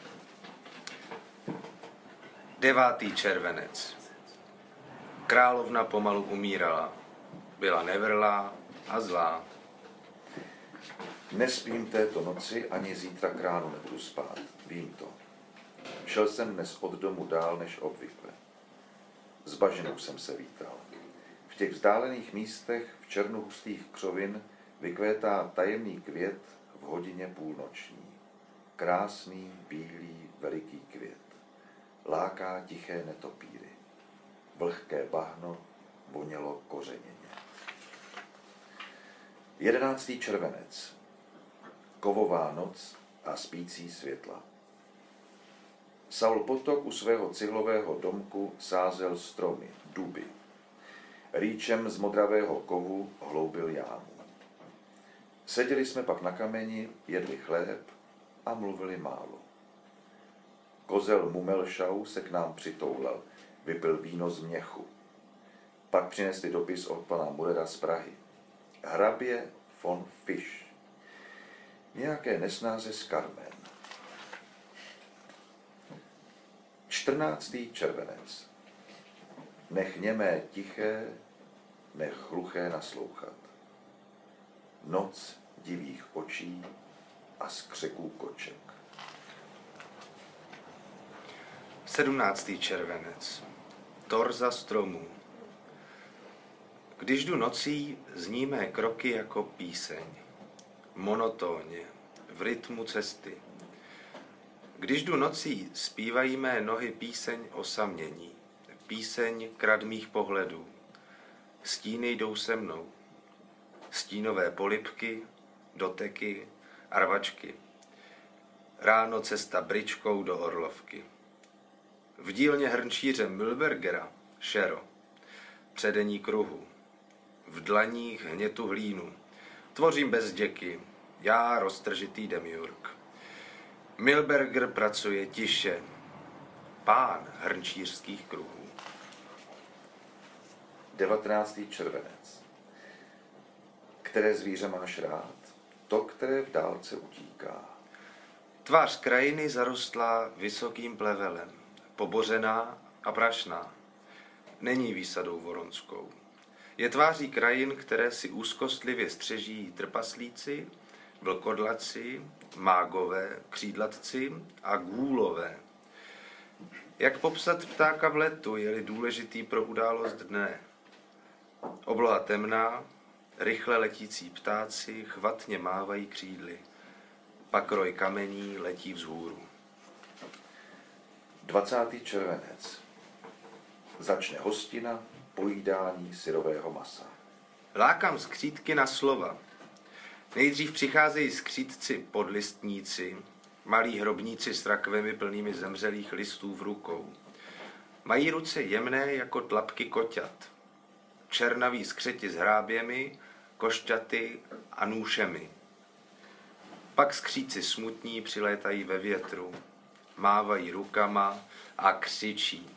Speaker 5: 9. červenec. Královna pomalu umírala. Byla nevrlá a zlá.
Speaker 3: Nespím této noci, ani zítra k ránu nebudu spát. Vím to. Šel jsem dnes od domu dál než obvykle. S bažinou jsem se vítal. V těch vzdálených místech v černu hustých křovin vykvétá tajemný květ v hodině půlnoční. Krásný, bílý, veliký květ. Láká tiché netopíry. Vlhké bahno vonělo kořeněně. 11. červenec. Kovová noc a spící světla. Saul Potok u svého cihlového domku sázel stromy, duby. Rýčem z modravého kovu hloubil jámu. Seděli jsme pak na kameni, jedli chléb a mluvili málo. Kozel Mumelšau se k nám přitoulal, vypil víno z měchu. Pak přinesli dopis od pana Murera z Prahy. Hrabě von Fisch. Nějaké nesnáze z Carmen. 14. červenec. Nech němé tiché, nech hluché naslouchat. Noc divých očí a skřeků koček.
Speaker 5: 17. červenec. Torza stromů. Když jdu nocí, zní mé kroky jako píseň. Monotónně, v rytmu cesty. Když jdu nocí, zpívají mé nohy píseň osamění, píseň krad mých pohledů. Stíny jdou se mnou, stínové polibky, doteky a rvačky. Ráno cesta bričkou do Orlovky. V dílně hrnčíře Mühlbergera šero, předení kruhu. V dlaních hnětu hlínu. Tvořím bez děky, já roztržitý demiurg. Mühlberger pracuje tiše, pán hrnčířských kruhů.
Speaker 3: 19. červenec. Které zvíře máš rád? To, které v dálce utíká.
Speaker 5: Tvář krajiny zarostlá vysokým plevelem, pobořená a prašná. Není výsadou voronskou. Je tváří krajin, které si úzkostlivě střeží trpaslíci, vlkodlaci, mágové, křídlatci a gůlové. Jak popsat ptáka v letu, je-li důležitý pro událost dne? Obloha temná, rychle letící ptáci chvatně mávají křídly. Pak roj kamení letí vzhůru.
Speaker 3: 20. červenec. Začne hostina, pojídání syrového masa.
Speaker 5: Lákám skřítky na slova. Nejdřív přicházejí skřítci podlistníci, malí hrobníci s rakvemi plnými zemřelých listů v rukou. Mají ruce jemné jako tlapky koťat. Černaví skřeti s hráběmi, košťaty a nůšemi. Pak skříci smutní přilétají ve větru, mávají rukama a křičí.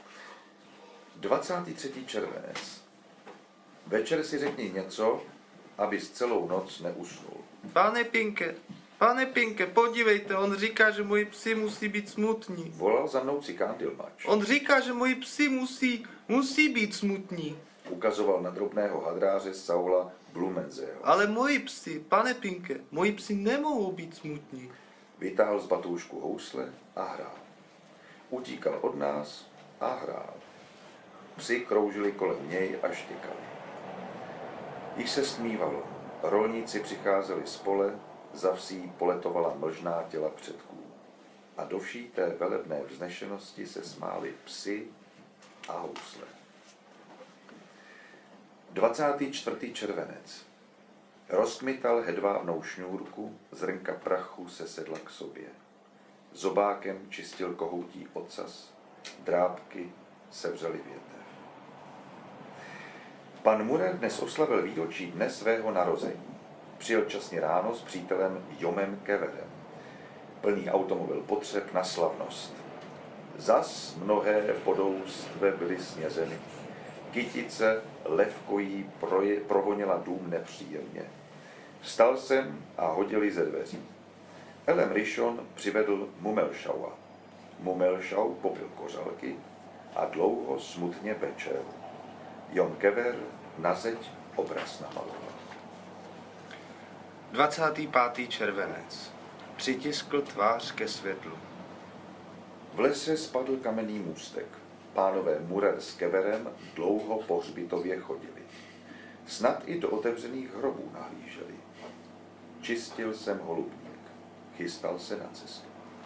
Speaker 3: 23. červenec. Večer si řekni něco, abys celou noc neusnul.
Speaker 5: Pane Pinke, podívejte, on říká, že moji psi musí být smutní.
Speaker 3: Volal za mnou cikán Dilmač.
Speaker 5: On říká, že moji psi musí být smutní.
Speaker 3: Ukazoval na drobného hadráře Saula Blumenzeho.
Speaker 5: Ale moji psi, pane Pinke, moji psi nemohou být smutní.
Speaker 3: Vytáhl z batůžku housle a hrál. Utíkal od nás a hrál. Psi kroužili kolem něj a štěkali. Jich se stmívalo. Rolníci přicházeli z pole, za vsí poletovala mlžná těla předků. A do vší té velebné vznešenosti se smáli psi a housle. 24. červenec. Rozkmital hedvábnou šňůrku, zrnka prachu se sedla k sobě. Zobákem čistil kohoutí ocas, drápky sevřely větev. Pan Murer dnes oslavil výročí dne svého narození. Přijel časně ráno s přítelem Jomem Keverem. Plný automobil potřeb na slavnost. Zas mnohé podoustve byly snězeny. Kytice levkojí provoněla dům nepříjemně. Vstal jsem a hodili ze dveří. Elem Rishon přivedl Mumelschaua. Mumelschau popil kořalky a dlouho smutně večer. Jom Kever na zeď obraz namaloval.
Speaker 5: 25. červenec. Přitiskl tvář ke světlu.
Speaker 3: V lese spadl kamenný můstek. Pánové Murer s Keverem dlouho po hřbitově chodili. Snad i do otevřených hrobů nahlíželi. Čistil jsem holubník. Chystal se na cestu.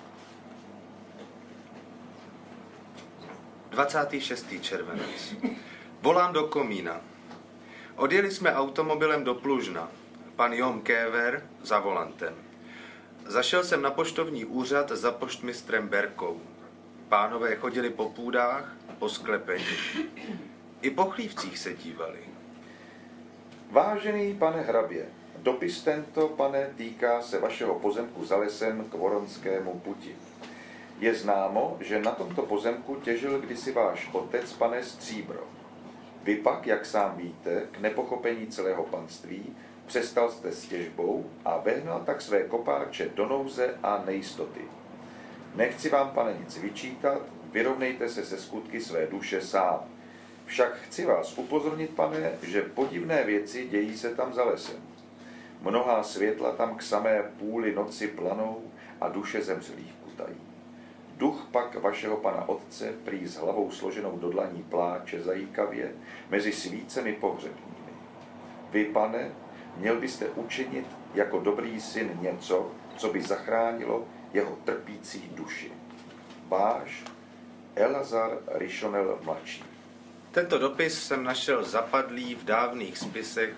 Speaker 5: 26. červenec. Volám do komína. Odjeli jsme automobilem do Plužna. Pan Jom Kever za volantem. Zašel jsem na poštovní úřad za poštmistrem Berkou. Pánové chodili po půdách, po sklepení. I po chlívcích se dívali.
Speaker 3: Vážený pane hrabě, dopis tento, pane, týká se vašeho pozemku za lesem k Voronskému puti. Je známo, že na tomto pozemku těžil kdysi váš otec, pane, stříbro. Vy pak, jak sám víte, k nepochopení celého panství, přestal jste s těžbou a vehnal tak své kopáče do nouze a nejistoty. Nechci vám, pane, nic vyčítat, vyrovnejte se se skutky své duše sám. Však chci vás upozornit, pane, že podivné věci dějí se tam za lesem. Mnohá světla tam k samé půli noci planou a duše zemřelých kutají. Duch pak vašeho pana otce prý s hlavou složenou do dlaní pláče zajíkavě mezi svícemi pohřebními. Vy, pane, měl byste učinit jako dobrý syn něco, co by zachránilo jeho trpící duši. Váš Elazar Rishonel mladší.
Speaker 5: Tento dopis jsem našel zapadlý v dávných spisech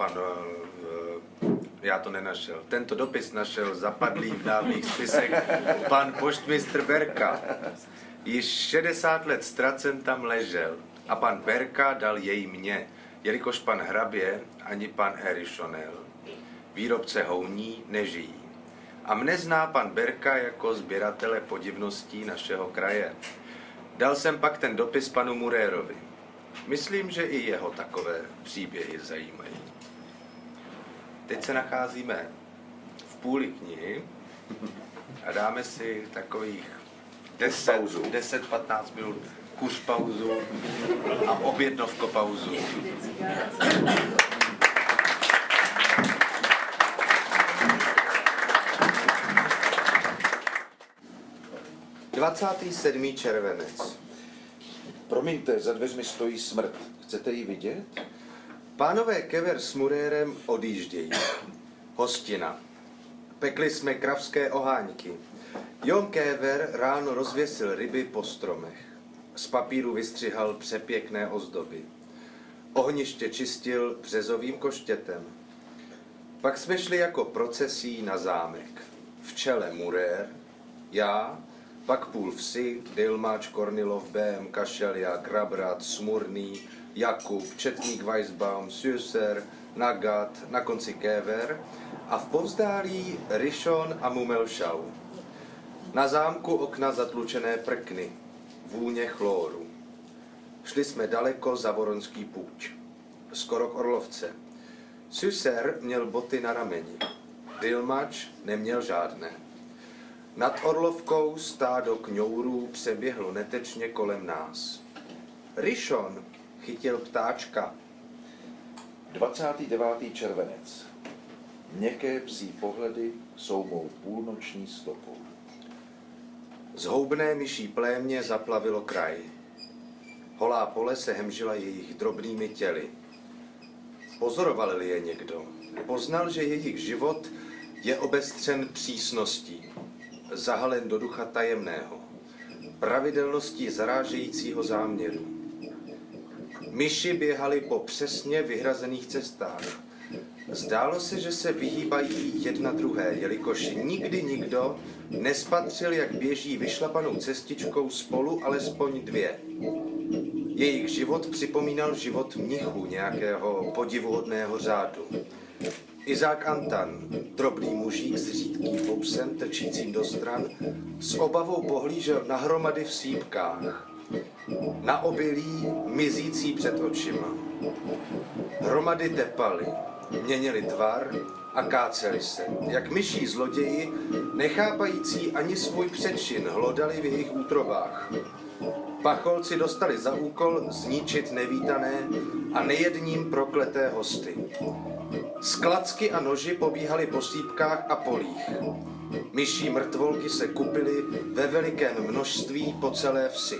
Speaker 5: já to nenašel. Tento dopis našel zapadlý v dávných spisech pan poštmistr Berka. Již 60 let ztracen tam ležel a pan Berka dal jej mně, jelikož pan hrabě ani pan Rishonel, výrobce houní, nežijí. A mne zná pan Berka jako sběratele podivností našeho kraje. Dal jsem pak ten dopis panu Murérovi. Myslím, že i jeho takové příběhy zajímají. Teď se nacházíme v půli knihy a dáme si takových 10-15 minut kus pauzu a objednovko pauzu. ...27. červenec.
Speaker 3: Promiňte, za dveřmi stojí smrt. Chcete ji vidět?
Speaker 5: Pánové Kever s Murérem odjíždějí. Hostina. Pekli jsme kravské oháňky. Jon Kever ráno rozvěsil ryby po stromech. Z papíru vystřihal přepěkné ozdoby. Ohniště čistil březovým koštětem. Pak jsme šli jako procesí na zámek. V čele Murér, já, pak půl vsi, Dilmáč, Kornilov, BM, Kašelja, Krabrat, Smurný, Jakub, Četník, Weisbaum, Süsser, Nagat, na konci Kever a v povzdálí Rishon a Mumelšau. Na zámku okna zatlučené prkny, vůně chloru. Šli jsme daleko za Voronský půč, skoro k Orlovce. Süsser měl boty na rameni, Dilmač neměl žádné. Nad Orlovkou stádo kňourů přeběhlo netečně kolem nás. Rishon chytil ptáčka.
Speaker 3: 29. červenec. Měkké psí pohledy jsou mou půlnoční stopou.
Speaker 5: Zhoubné myší plémě zaplavilo kraj. Holá pole se hemžila jejich drobnými těly. Pozoroval-li je někdo, poznal, že jejich život je obestřen přísností, zahalen do ducha tajemného, pravidelností zarážejícího záměru. Myši běhali po přesně vyhrazených cestách. Zdálo se, že se vyhýbají jedna druhé, jelikož nikdy nikdo nespatřil, jak běží vyšlapanou cestičkou spolu alespoň dvě. Jejich život připomínal život mnichů nějakého podivuhodného řádu. Izák Antan, drobný mužík s řídkým fousem trčícím do stran, s obavou pohlížel na hromady v sýpkách, na obilí mizící před očima. Hromady tepaly, měnily tvar a kácely se, jak myší zloději, nechápající ani svůj přečin, hlodali v jejich útrobách. Pacholci dostali za úkol zničit nevítané a nejedním prokleté hosty. Sklacky a noži pobíhaly po sýpkách a polích. Myší mrtvolky se kupily ve velikém množství po celé vsi.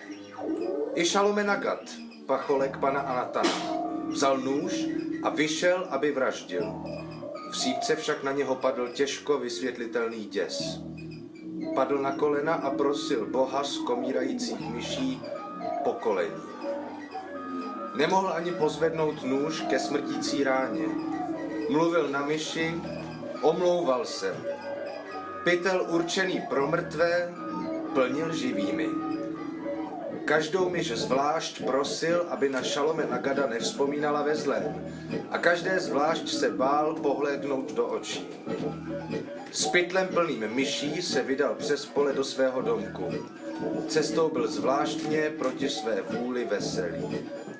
Speaker 5: I Šalome Nagat, pacholek pana Anatana, vzal nůž a vyšel, aby vraždil. V sýpce však na něho padl těžko vysvětlitelný děs. Padl na kolena a prosil Boha z komírajících myší pokolení. Nemohl ani pozvednout nůž ke smrtící ráně. Mluvil na myši, omlouval se. Pytel určený pro mrtvé plnil živými. Každou myš zvlášť prosil, aby na Šalome Nagada nevzpomínala ve zlém, a každé zvlášť se bál pohlédnout do očí. S pytlem plným myší se vydal přes pole do svého domku. Cestou byl zvláštně proti své vůli veselý.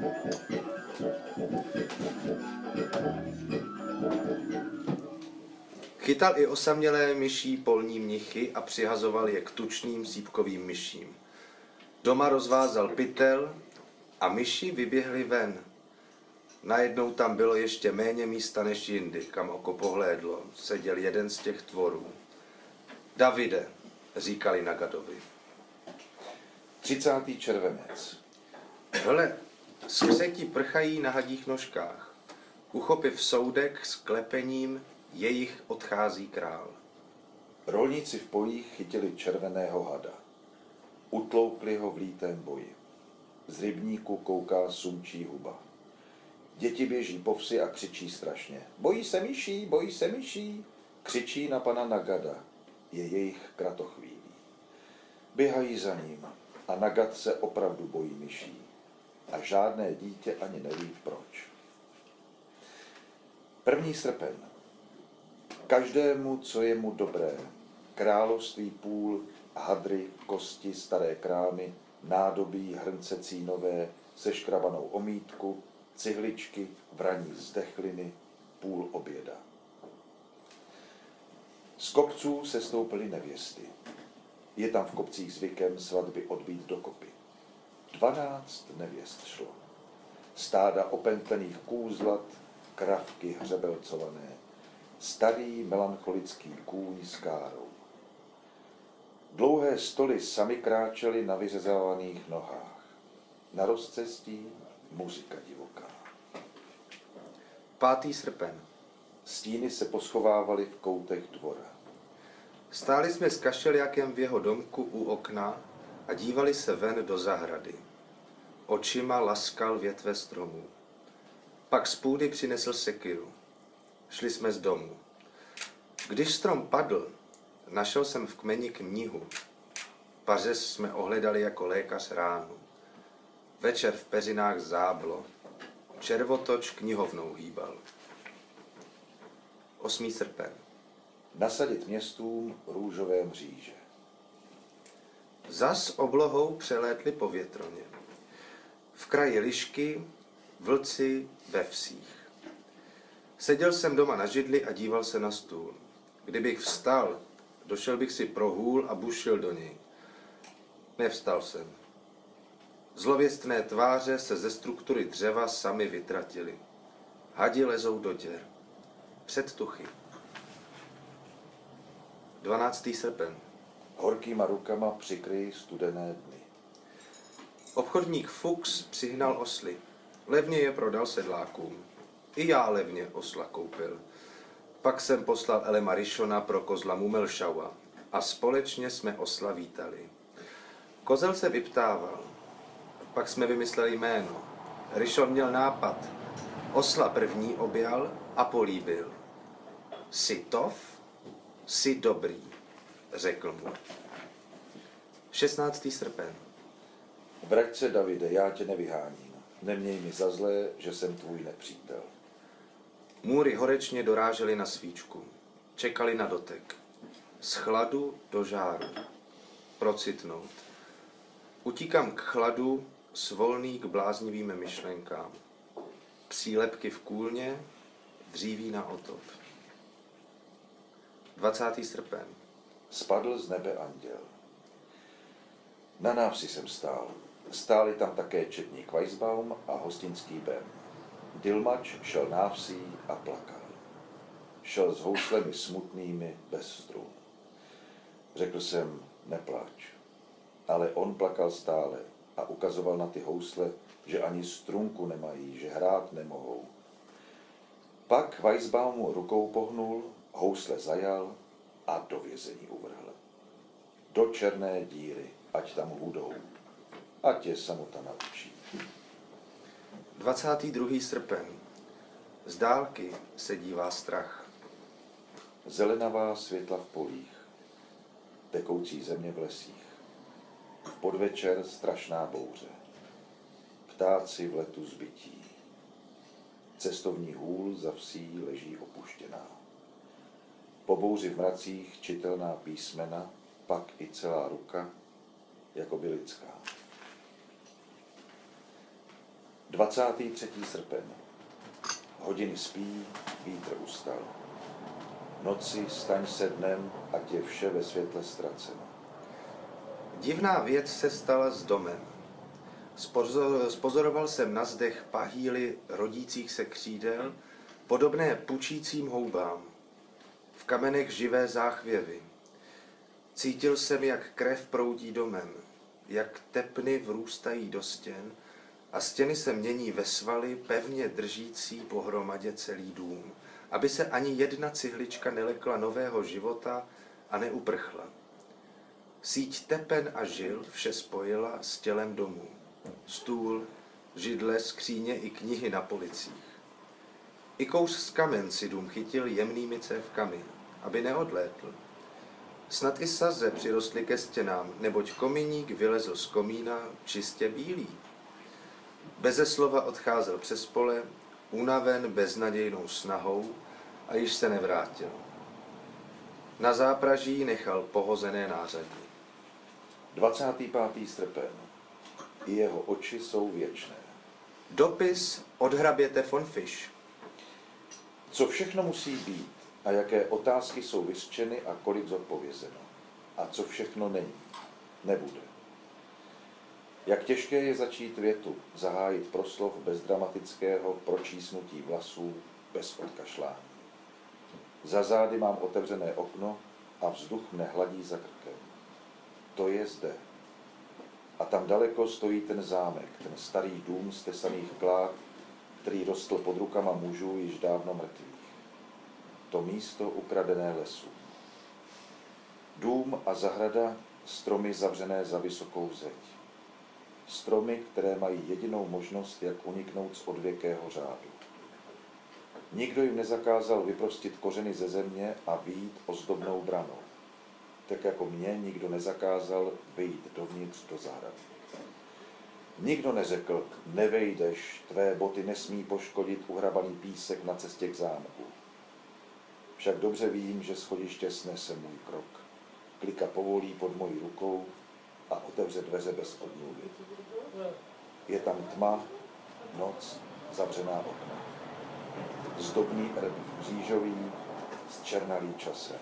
Speaker 5: Chytal i osamělé myší polní mnichy a přihazoval je k tučným sýpkovým myším. Doma rozvázal pytel a myši vyběhly ven. Najednou tam bylo ještě méně místa než jindy, kam oko pohlédlo. Seděl jeden z těch tvorů. Davide, říkali Nagadovi.
Speaker 3: 30. červenec.
Speaker 5: Hele, skřeti prchají na hadích nožkách. Uchopiv soudek s klepením, jejich odchází král.
Speaker 3: Rolníci v polích chytili červeného hada. Utloukli ho v lítém boji. Z rybníku kouká sumčí huba. Děti běží po vsi a křičí strašně. Bojí se myší, bojí se myší. Křičí na pana Nagada. Je jejich kratochvílí. Běhají za ním a Nagad se opravdu bojí myší. A žádné dítě ani neví proč. 1. srpen. Každému, co je mu dobré, království půl, hadry, kosti, staré krámy, nádobí, hrnce cínové, seškrabanou omítku, cihličky, vraní zdechliny, půl oběda. Z kopců se stoupily nevěsty. Je tam v kopcích zvykem svatby odbít dokopy. 12 nevěst šlo. Stáda opentlených kůzlat, kravky hřebelcované, starý melancholický kůň s károu. Dlouhé stoly sami kráčely na vyřezávaných nohách. Na rozcestí muzika divoká.
Speaker 5: 5. srpen.
Speaker 3: Stíny se poschovávaly v koutech dvora.
Speaker 5: Stáli jsme s kašeljákem v jeho domku u okna a dívali se ven do zahrady. Očima laskal větve stromů. Pak z půdy přinesl sekyru. Šli jsme z domu. Když strom padl, našel jsem v kmeni knihu. Pařez jsme ohledali jako lékař ránu. Večer v peřinách záblo. Červotoč knihovnou hýbal. 8. srpen.
Speaker 3: Nasadit městům růžové mříže.
Speaker 5: Zas oblohou přelétli po větroně. V kraji lišky, vlci ve vsích. Seděl jsem doma na židli a díval se na stůl. Kdybych vstal, došel bych si pro hůl a bušil do něj. Nevstal jsem. Zlověstné tváře se ze struktury dřeva sami vytratily. Hadi lezou do děr. Předtuchy. 12. srpen.
Speaker 3: Horkýma rukama přikryj studené dny.
Speaker 5: Obchodník Fuchs přihnal osly. Levně je prodal sedlákům. I já levně osla koupil. Pak jsem poslal Elema Rišona pro kozla Mumelšaua a společně jsme osla vítali. Kozel se vyptával. Pak jsme vymysleli jméno. Rišon měl nápad. Osla první objal a políbil. Jsi tov? Jsi dobrý, řekl mu. 16. srpen.
Speaker 3: Vrať se, Davide, já tě nevyháním. Neměj mi za zlé, že jsem tvůj nepřítel.
Speaker 5: Můry horečně dorážely na svíčku. Čekali na dotek. Z chladu do žáru. Procitnout. Utíkám k chladu, svolný k bláznivým myšlenkám. Přílepky v kůlně, dříví na otop. 20. srpen.
Speaker 3: Spadl z nebe anděl. Na návsi jsem stál. Stáli tam také četník Weisbaum a hostinský Ben. Dilmač šel návsí a plakal. Šel s houslemi smutnými bez strun. Řekl jsem, neplač. Ale on plakal stále a ukazoval na ty housle, že ani strunku nemají, že hrát nemohou. Pak Weisbaum mu rukou pohnul, housle zajal a do vězení uvrhl. Do černé díry, ať tam hudou. Ať je samota naučí.
Speaker 5: 22. srpen. Z dálky se dívá strach.
Speaker 3: Zelenavá světla v polích, tekoucí země v lesích. V podvečer strašná bouře. Ptáci v letu zbytí. Cestovní hůl za vsí leží opuštěná. Po bouři v mracích čitelná písmena, pak i celá ruka, jako by lidská. 23. srpen. Hodiny spí, vítr ustal. Noci staň se dnem, ať je vše ve světle ztraceno.
Speaker 5: Divná věc se stala s domem. Spozoroval jsem na zdech pahýly rodících se křídel, podobné pučícím houbám. V kamenech živé záchvěvy. Cítil jsem, jak krev proudí domem, jak tepny vrůstají do stěn a stěny se mění ve svaly, pevně držící pohromadě celý dům, aby se ani jedna cihlička nelekla nového života a neuprchla. Síť tepen a žil vše spojila s tělem domů. Stůl, židle, skříně i knihy na policích. I kouř z kamen si dům chytil jemnými cévkami, aby neodlétl. Snad i saze přirostly ke stěnám, neboť kominík vylezl z komína čistě bílý. Beze slova odcházel přes pole, unaven beznadějnou snahou a již se nevrátil. Na zápraží nechal pohozené nářadí.
Speaker 3: 25. srpen. I jeho oči jsou věčné.
Speaker 5: Dopis od hraběte von Fisch.
Speaker 3: Co všechno musí být a jaké otázky jsou vyřčeny a kolik zodpovězeno. A co všechno není, nebude. Jak těžké je začít větu, zahájit proslov bez dramatického pročísnutí vlasů, bez odkašlání. Za zády mám otevřené okno a vzduch mne hladí za krkem. To je zde. A tam daleko stojí ten zámek, ten starý dům z tesaných klád, který rostl pod rukama mužů již dávno mrtvých. To místo ukradené lesů. Dům a zahrada, stromy zavřené za vysokou zeď. Stromy, které mají jedinou možnost, jak uniknout z odvěkého řádu. Nikdo jim nezakázal vyprostit kořeny ze země a vyjít ozdobnou branou. Tak jako mě nikdo nezakázal vyjít dovnitř do zahrady. Nikdo neřekl, nevejdeš, tvé boty nesmí poškodit uhrabaný písek na cestě k zámku. Však dobře vím, že schodiště snese můj krok. Klika povolí pod mojí rukou a otevře dveře bez odmluvy. Je tam tma, noc, zavřená okna. Zdobný erb řížový, zčernalý časem.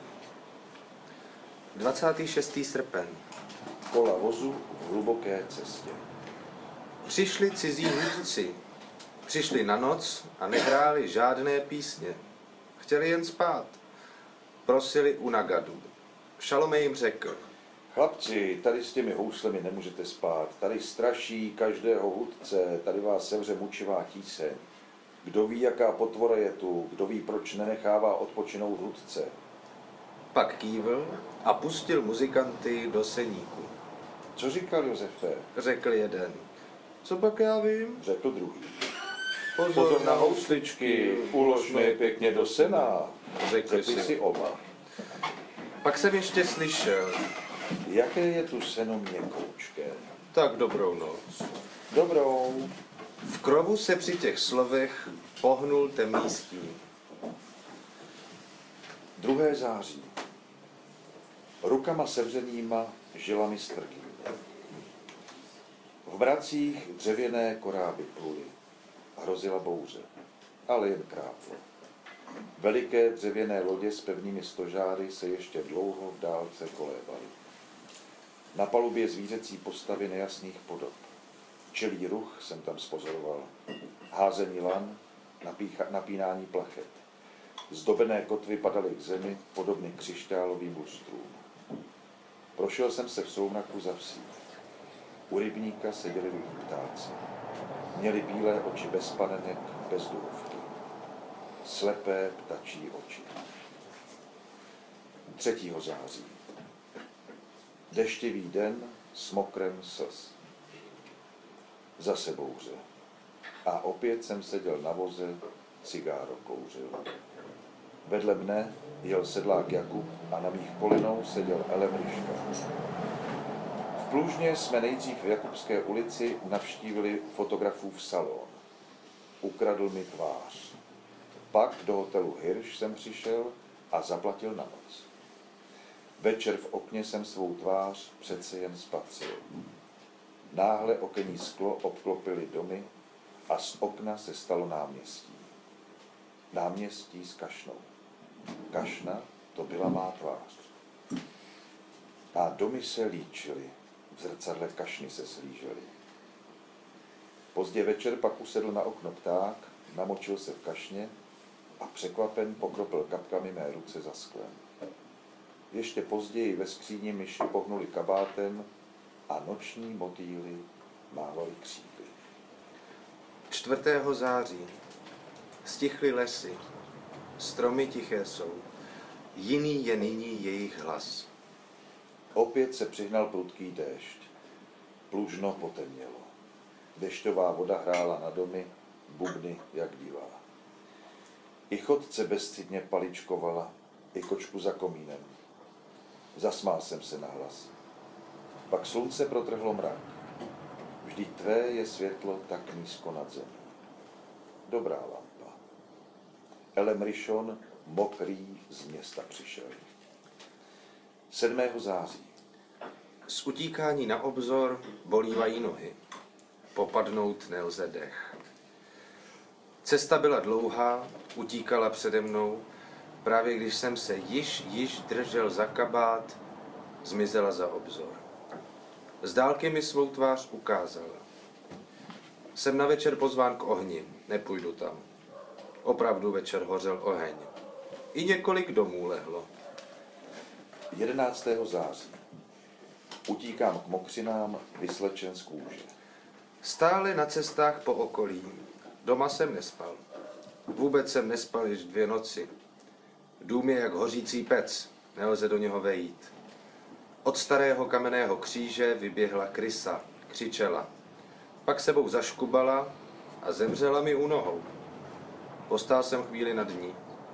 Speaker 5: 26. srpen.
Speaker 3: Kola vozu v hluboké cestě.
Speaker 5: Přišli cizí hudci. Přišli na noc a nehráli žádné písně. Chtěli jen spát. Prosili u Nagadu. Šalomé jim řekl.
Speaker 3: Chlapci, tady s těmi houslemi nemůžete spát. Tady straší každého hudce, tady vás sevře mučivá tíseň. Kdo ví, jaká potvora je tu, kdo ví, proč nenechává odpočinout hudce.
Speaker 5: Pak kývl a pustil muzikanty do seníku.
Speaker 3: Co říkal Josefe?
Speaker 5: Řekl jeden. Co pak já vím?
Speaker 3: Řekl druhý.
Speaker 5: Pozor
Speaker 3: na housličky, uložme je pěkně do sena.
Speaker 5: Řekli
Speaker 3: si oba.
Speaker 5: Pak jsem ještě slyšel.
Speaker 3: Jaké je tu seno měkoučké.
Speaker 5: Tak dobrou noc.
Speaker 3: Dobrou.
Speaker 5: V krovu se při těch slovech pohnul temný stín.
Speaker 3: 2. září. Rukama sevřenýma, žilami strgými. V bracích dřevěné koráby pluly. Hrozila bouře, ale jen kráplo. Veliké dřevěné lodě s pevnými stožáry se ještě dlouho v dálce kolébaly. Na palubě zvířecí postavy nejasných podob. Včelí ruch jsem tam spozoroval. Házení lan, napínání plachet. Zdobené kotvy padaly k zemi, podobny křišťálovým lustrům. Prošel jsem se v soumraku za vsí. U rybníka seděli rudí ptáci. Měli bílé oči bez panenek, bez duhovky. Slepé ptačí oči. 3. září. Deštivý den s mokrem slz. Zase bouře. A opět jsem seděl na voze, cigáro kouřil. Vedle mne jel sedlák Jakub a na mých kolenou seděl Elem Ryška. V Plužně jsme nejdřív v Jakubské ulici navštívili fotografův salon. Ukradl mi tvář. Pak do hotelu Hirsch jsem přišel a zaplatil na noc. Večer v okně jsem svou tvář přece jen spatřil. Náhle okenní sklo obklopily domy a z okna se stalo náměstí. Náměstí s kašnou. Kašna, to byla má tvář. A domy se líčily, v zrcadle kašny se slížely. Pozdě večer pak usedl na okno pták, namočil se v kašně a překvapen pokropil kapkami mé ruce za sklem. Ještě později ve skříni myši pohnuli kabátem a noční motýly mávali křídly.
Speaker 5: 4. září. Stichly lesy. Stromy tiché jsou. Jiný je nyní jejich hlas.
Speaker 3: Opět se přihnal prudký déšť. Plužno potemnělo. Dešťová voda hrála na domy, bubny jak divá. I chodce bezstydně paličkovala, i kočku za komínem. Zasmál jsem se nahlas. Pak slunce protrhlo mrak. Vždyť tvé je světlo tak nízko nad zemí. Dobrá lampa. Elem Rishon, mokrý, z města přišel. 7. září.
Speaker 5: Z utíkání na obzor bolívají nohy. Popadnout nelze dech. Cesta byla dlouhá, utíkala přede mnou. Právě když jsem se již držel za kabát, zmizela za obzor. Z dálky mi svou tvář ukázala. Jsem na večer pozván k ohni, nepůjdu tam. Opravdu večer hořel oheň. I několik domů lehlo.
Speaker 3: 11. září. Utíkám k mokřinám, vyslečen z kůže.
Speaker 5: Stále na cestách po okolí. Doma jsem nespal. Vůbec jsem nespal již 2 noci. Dům je jak hořící pec, nelze do něho vejít. Od starého kamenného kříže vyběhla krysa, křičela. Pak sebou zaškubala a zemřela mi u nohou. Postál jsem chvíli nad ní.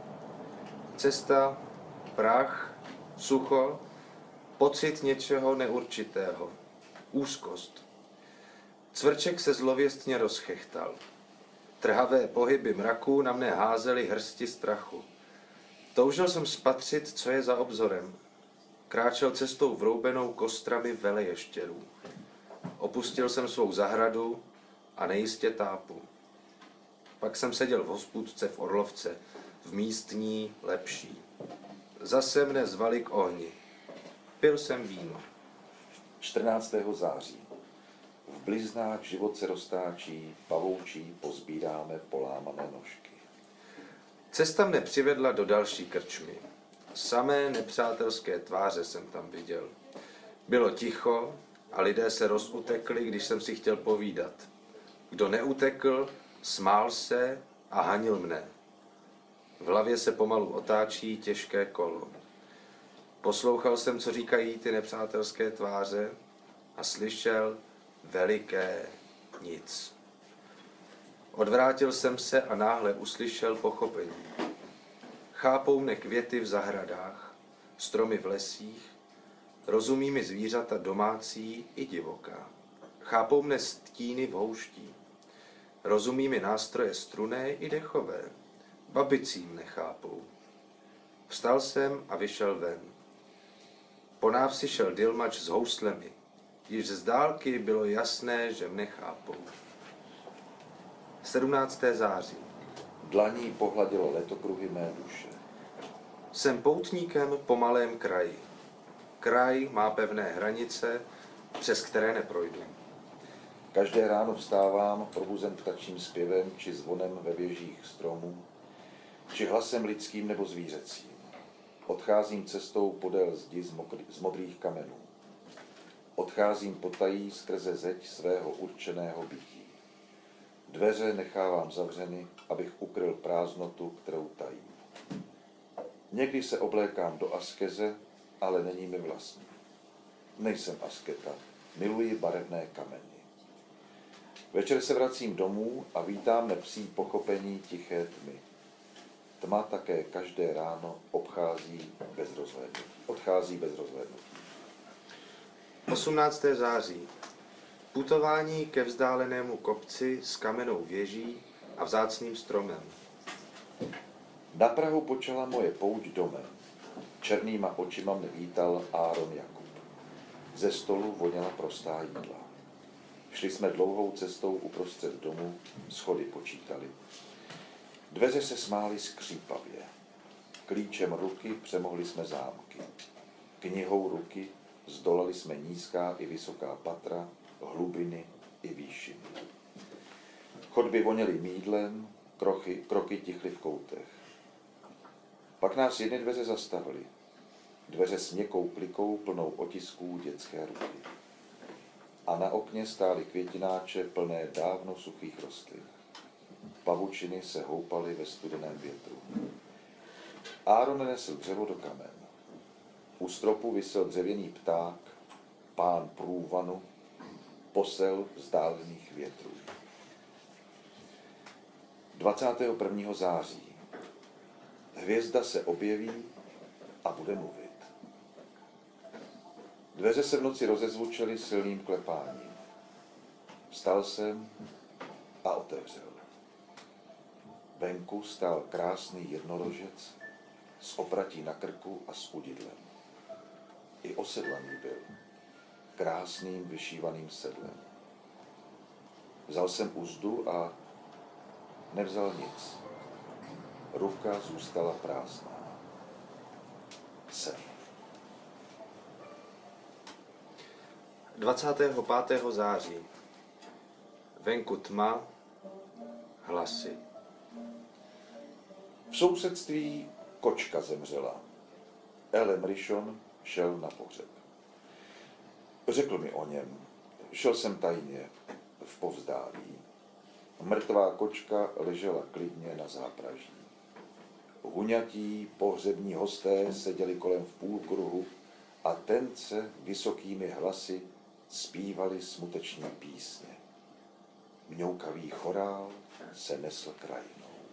Speaker 5: Cesta, prach, sucho, pocit něčeho neurčitého, úzkost. Cvrček se zlověstně rozchechtal. Trhavé pohyby mraků na mne házely hrsti strachu. Toužil jsem spatřit, co je za obzorem. Kráčel cestou vroubenou kostrami veleještěrů. Opustil jsem svou zahradu a nejistě tápu. Pak jsem seděl v hospůdce v Orlovce, v místní lepší. Zase mne zvali k ohni. Pil jsem víno.
Speaker 3: 14. září. V bliznách život se roztáčí, pavoučí pozbíráme polámané nožky.
Speaker 5: Cesta mne přivedla do další krčmy. Samé nepřátelské tváře jsem tam viděl. Bylo ticho a lidé se rozutekli, když jsem si chtěl povídat. Kdo neutekl, smál se a hanil mne. V hlavě se pomalu otáčí těžké kolo. Poslouchal jsem, co říkají ty nepřátelské tváře a slyšel veliké nic. Odvrátil jsem se a náhle uslyšel pochopení. Chápou mne květy v zahradách, stromy v lesích, rozumí mi zvířata domácí i divoká. Chápou mne stíny v houští, rozumí mi nástroje strunné i dechové, babicí mne chápou. Vstal jsem a vyšel ven. Po návsi šel dilmač s houslemi. Již z dálky bylo jasné, že mne chápou. 17. září.
Speaker 3: Dlaní pohladilo letokruhy mé duše.
Speaker 5: Jsem poutníkem po malém kraji. Kraj má pevné hranice, přes které neprojdu.
Speaker 3: Každé ráno vstávám probuzen ptačím zpěvem či zvonem ve věžích stromů, či hlasem lidským nebo zvířecím. Odcházím cestou podél zdi z modrých kamenů. Odcházím potají skrze zeď svého určeného bytí. Dveře nechávám zavřeny, abych ukryl prázdnotu, kterou tajím. Někdy se oblékám do askeze, ale není mi vlastní. Nejsem asketa, miluji barevné kameny. Večer se vracím domů a vítám mne psí pochopení tiché tmy. Tma také každé ráno odchází bez rozhlédnutí.
Speaker 5: 18. září. Putování ke vzdálenému kopci s kamennou věží a vzácným stromem.
Speaker 3: Na Prahu počala moje pouť domem. Černýma očima mne vítal Áron Jakub. Ze stolu voněla prostá jídla. Šli jsme dlouhou cestou uprostřed domu, schody počítali. Dveře se smály skřípavě. Klíčem ruky přemohli jsme zámky. Knihou ruky zdolali jsme nízká i vysoká patra, hlubiny i výšiny. Chodby voněly mýdlem, kroky tichly v koutech. Pak nás jedny dveře zastavily. Dveře s měkkou klikou plnou otisků dětské ruky. A na okně stály květináče plné dávno suchých rostlin. Pavučiny se houpaly ve studeném větru. Áron nesl dřevo do kamen. U stropu visel dřevěný pták, pán průvanu, posel vzdálených větrů. 21. září. Hvězda se objeví a bude mluvit. Dveře se v noci rozezvučily silným klepáním. Vstal jsem a otevřel. Venku stál krásný jednorožec s opratí na krku a s udidlem. I osedlaný byl, krásným vyšívaným sedlem. Vzal jsem uzdu a nevzal nic. Ruka zůstala prázdná. Sen.
Speaker 5: 25. září. Venku tma, hlasy.
Speaker 3: V sousedství kočka zemřela. Elem Rishon šel na pohřeb. Řekl mi o něm. Šel jsem tajně v povzdálí. Mrtvá kočka ležela klidně na zápraží. Huňatí pohřební hosté seděli kolem v půlkruhu a tence vysokými hlasy zpívali smuteční písně. Mňoukavý chorál se nesl krajinou.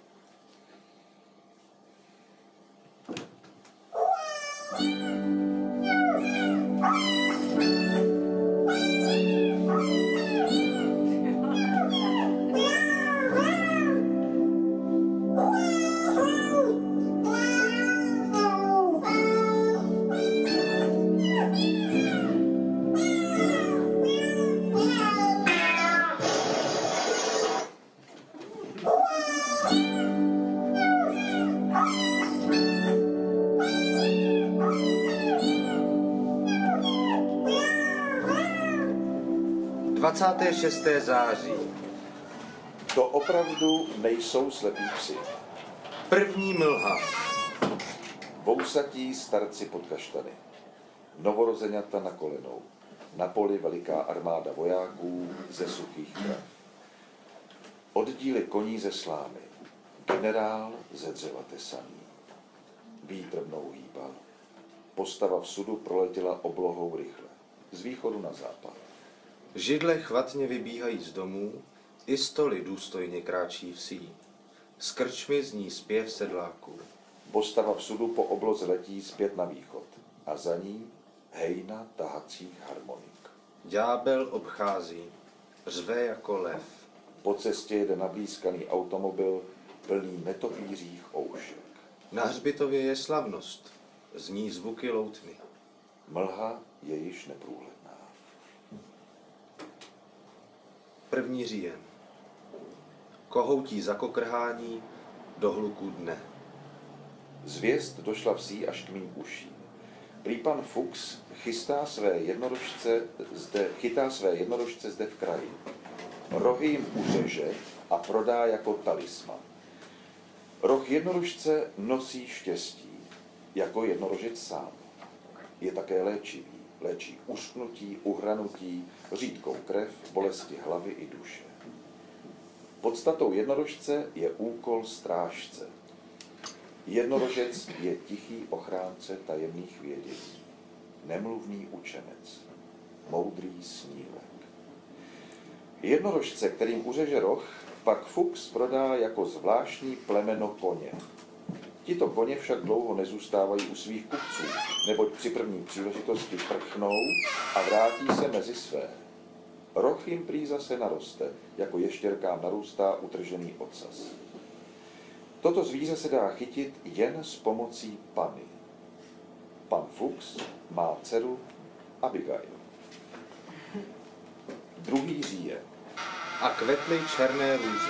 Speaker 5: Dvacáté 6. září.
Speaker 3: To opravdu nejsou slepí psi.
Speaker 5: První mlha.
Speaker 3: Vousatí starci pod kaštany. Novorozeňata na kolenou. Na poli veliká armáda vojáků ze suchých trav. Oddíly koní ze slámy. Generál ze dřeva tesaný. Vítr mnou hýbal. Postava v sudu proletěla oblohou rychle. Z východu na západ.
Speaker 5: Židle chvatně vybíhají z domů, i stoly důstojně kráčí vsí. Z krčmy zní zpěv sedláků.
Speaker 3: Postava v sudu po obloze letí zpět na východ. A za ní hejna tahacích harmonik.
Speaker 5: Ďábel obchází, řve jako lev.
Speaker 3: Po cestě jede nablízkaný automobil plný netopířích oušek.
Speaker 5: Na hřbitově je slavnost, zní zvuky loutny.
Speaker 3: Mlha je již neprůhledná.
Speaker 5: 1. říjen. Kohoutí zakokrhání do hluku dne.
Speaker 3: Zvěst došla vsí až k mým uším. Prý pan Fuchs chytá své jednorožce zde v kraji. Rohy jim uřeže a prodá jako talisman. Roh jednorožce nosí štěstí, jako jednorožec sám. Je také léčivý. Léčí uschnutí, uhranutí, řídkou krev, bolesti hlavy i duše. Podstatou jednorožce je úkol strážce. Jednorožec je tichý ochránce tajemných vědění. Nemluvný učenec. Moudrý snílek. Jednorožce, kterým uřeže roh, pak Fuchs prodá jako zvláštní plemeno koně. Tito koně však dlouho nezůstávají u svých kupců, neboť při první příležitosti prchnou a vrátí se mezi své. Roh jim prý zase naroste, jako ještěrkám narůstá utržený ocas. Toto zvíře se dá chytit jen s pomocí pany. Pan Fuchs má dceru Abigail. 2. říjen.
Speaker 5: A kvetly černé růže.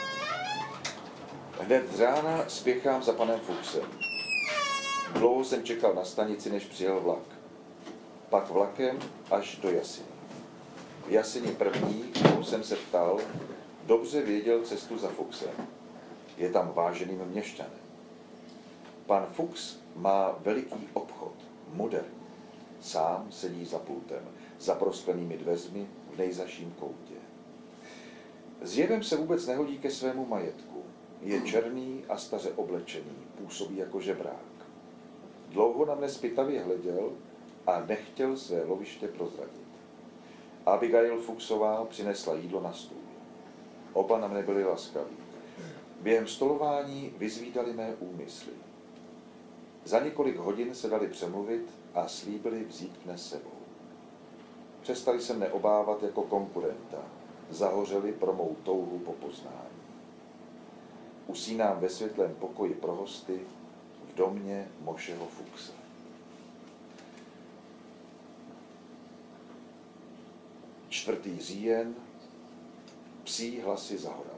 Speaker 3: Hned z rána spěchám za panem Fuchsem. Dlouho jsem čekal na stanici, než přijel vlak. Pak vlakem až do Jasiny. V Jasině první, kterou jsem se ptal, dobře věděl cestu za Fuchsem. Je tam váženým měšťanem. Pan Fuchs má veliký obchod, moderní. Sám sedí za pultem, za prosklenými dveřmi v nejzaším koutě. Zjevem se vůbec nehodí ke svému majetku. Je černý a staře oblečený, působí jako žebrák. Dlouho na mne zpytavě hleděl a nechtěl své loviště prozradit. Abigail Fuchsová přinesla jídlo na stůl. Oba na mne byli laskaví. Během stolování vyzvídali mé úmysly. Za několik hodin se dali přemluvit a slíbili vzít mne sebou. Přestali se mne obávat jako konkurenta. Zahořeli pro mou touhu po poznání. Usínám ve světlém pokoji pro hosty v domě Mošeho Fuchse. Čtvrtý říjen, psí hlasy za horami.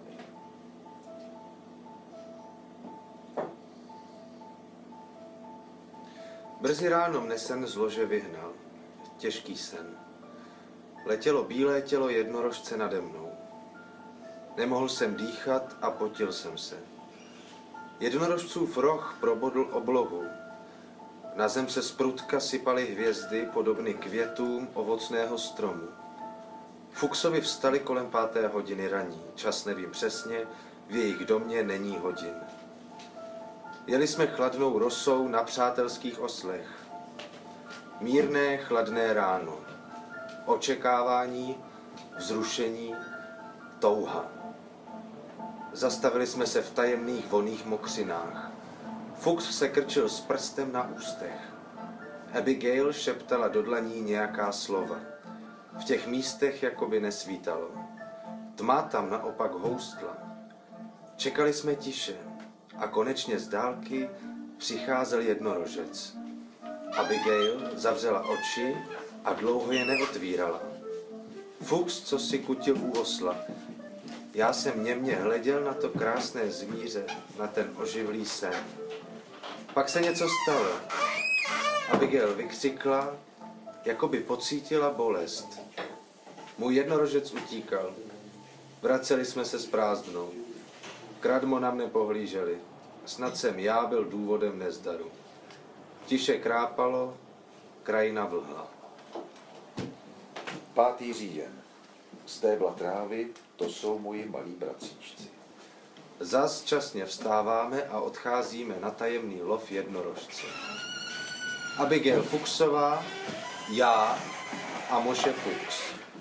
Speaker 5: Brzy ráno mne sen z lože vyhnal. Těžký sen. Letělo bílé tělo jednorožce nade mnou. Nemohl jsem dýchat a potil jsem se. Jednorožcův roh probodl oblohu. Na zem se z prutka sypaly hvězdy podobny květům ovocného stromu. Fuchsovi vstali kolem 5. hodiny raní. Čas nevím přesně, v jejich domě není hodin. Jeli jsme chladnou rosou na přátelských oslech. Mírné, chladné ráno. Očekávání, vzrušení, touha. Zastavili jsme se v tajemných vonných mokřinách. Fuchs se krčil s prstem na ústech. Abigail šeptala do dlaní nějaká slova. V těch místech jakoby nesvítalo. Tma tam naopak houstla. Čekali jsme tiše a konečně z dálky přicházel jednorožec. Abigail zavřela oči a dlouho je neotvírala. Fuchs, co si kutil u osla. Já jsem němě hleděl na to krásné zvíře, na ten oživlý sen. Pak se něco stalo. Abigail vykřikla, jako by pocítila bolest. Můj jednorožec utíkal. Vraceli jsme se s prázdnou. Kradmo na mne pohlíželi. Snad jsem já byl důvodem nezdaru. Tiše krápalo, krajina vlhla.
Speaker 3: 5. říjen. Stébla trávy, to jsou moji malí bratříčci.
Speaker 5: Zas časně vstáváme a odcházíme na tajemný lov jednorožce. Abigail Fuchsová, já a Moše Fuchs.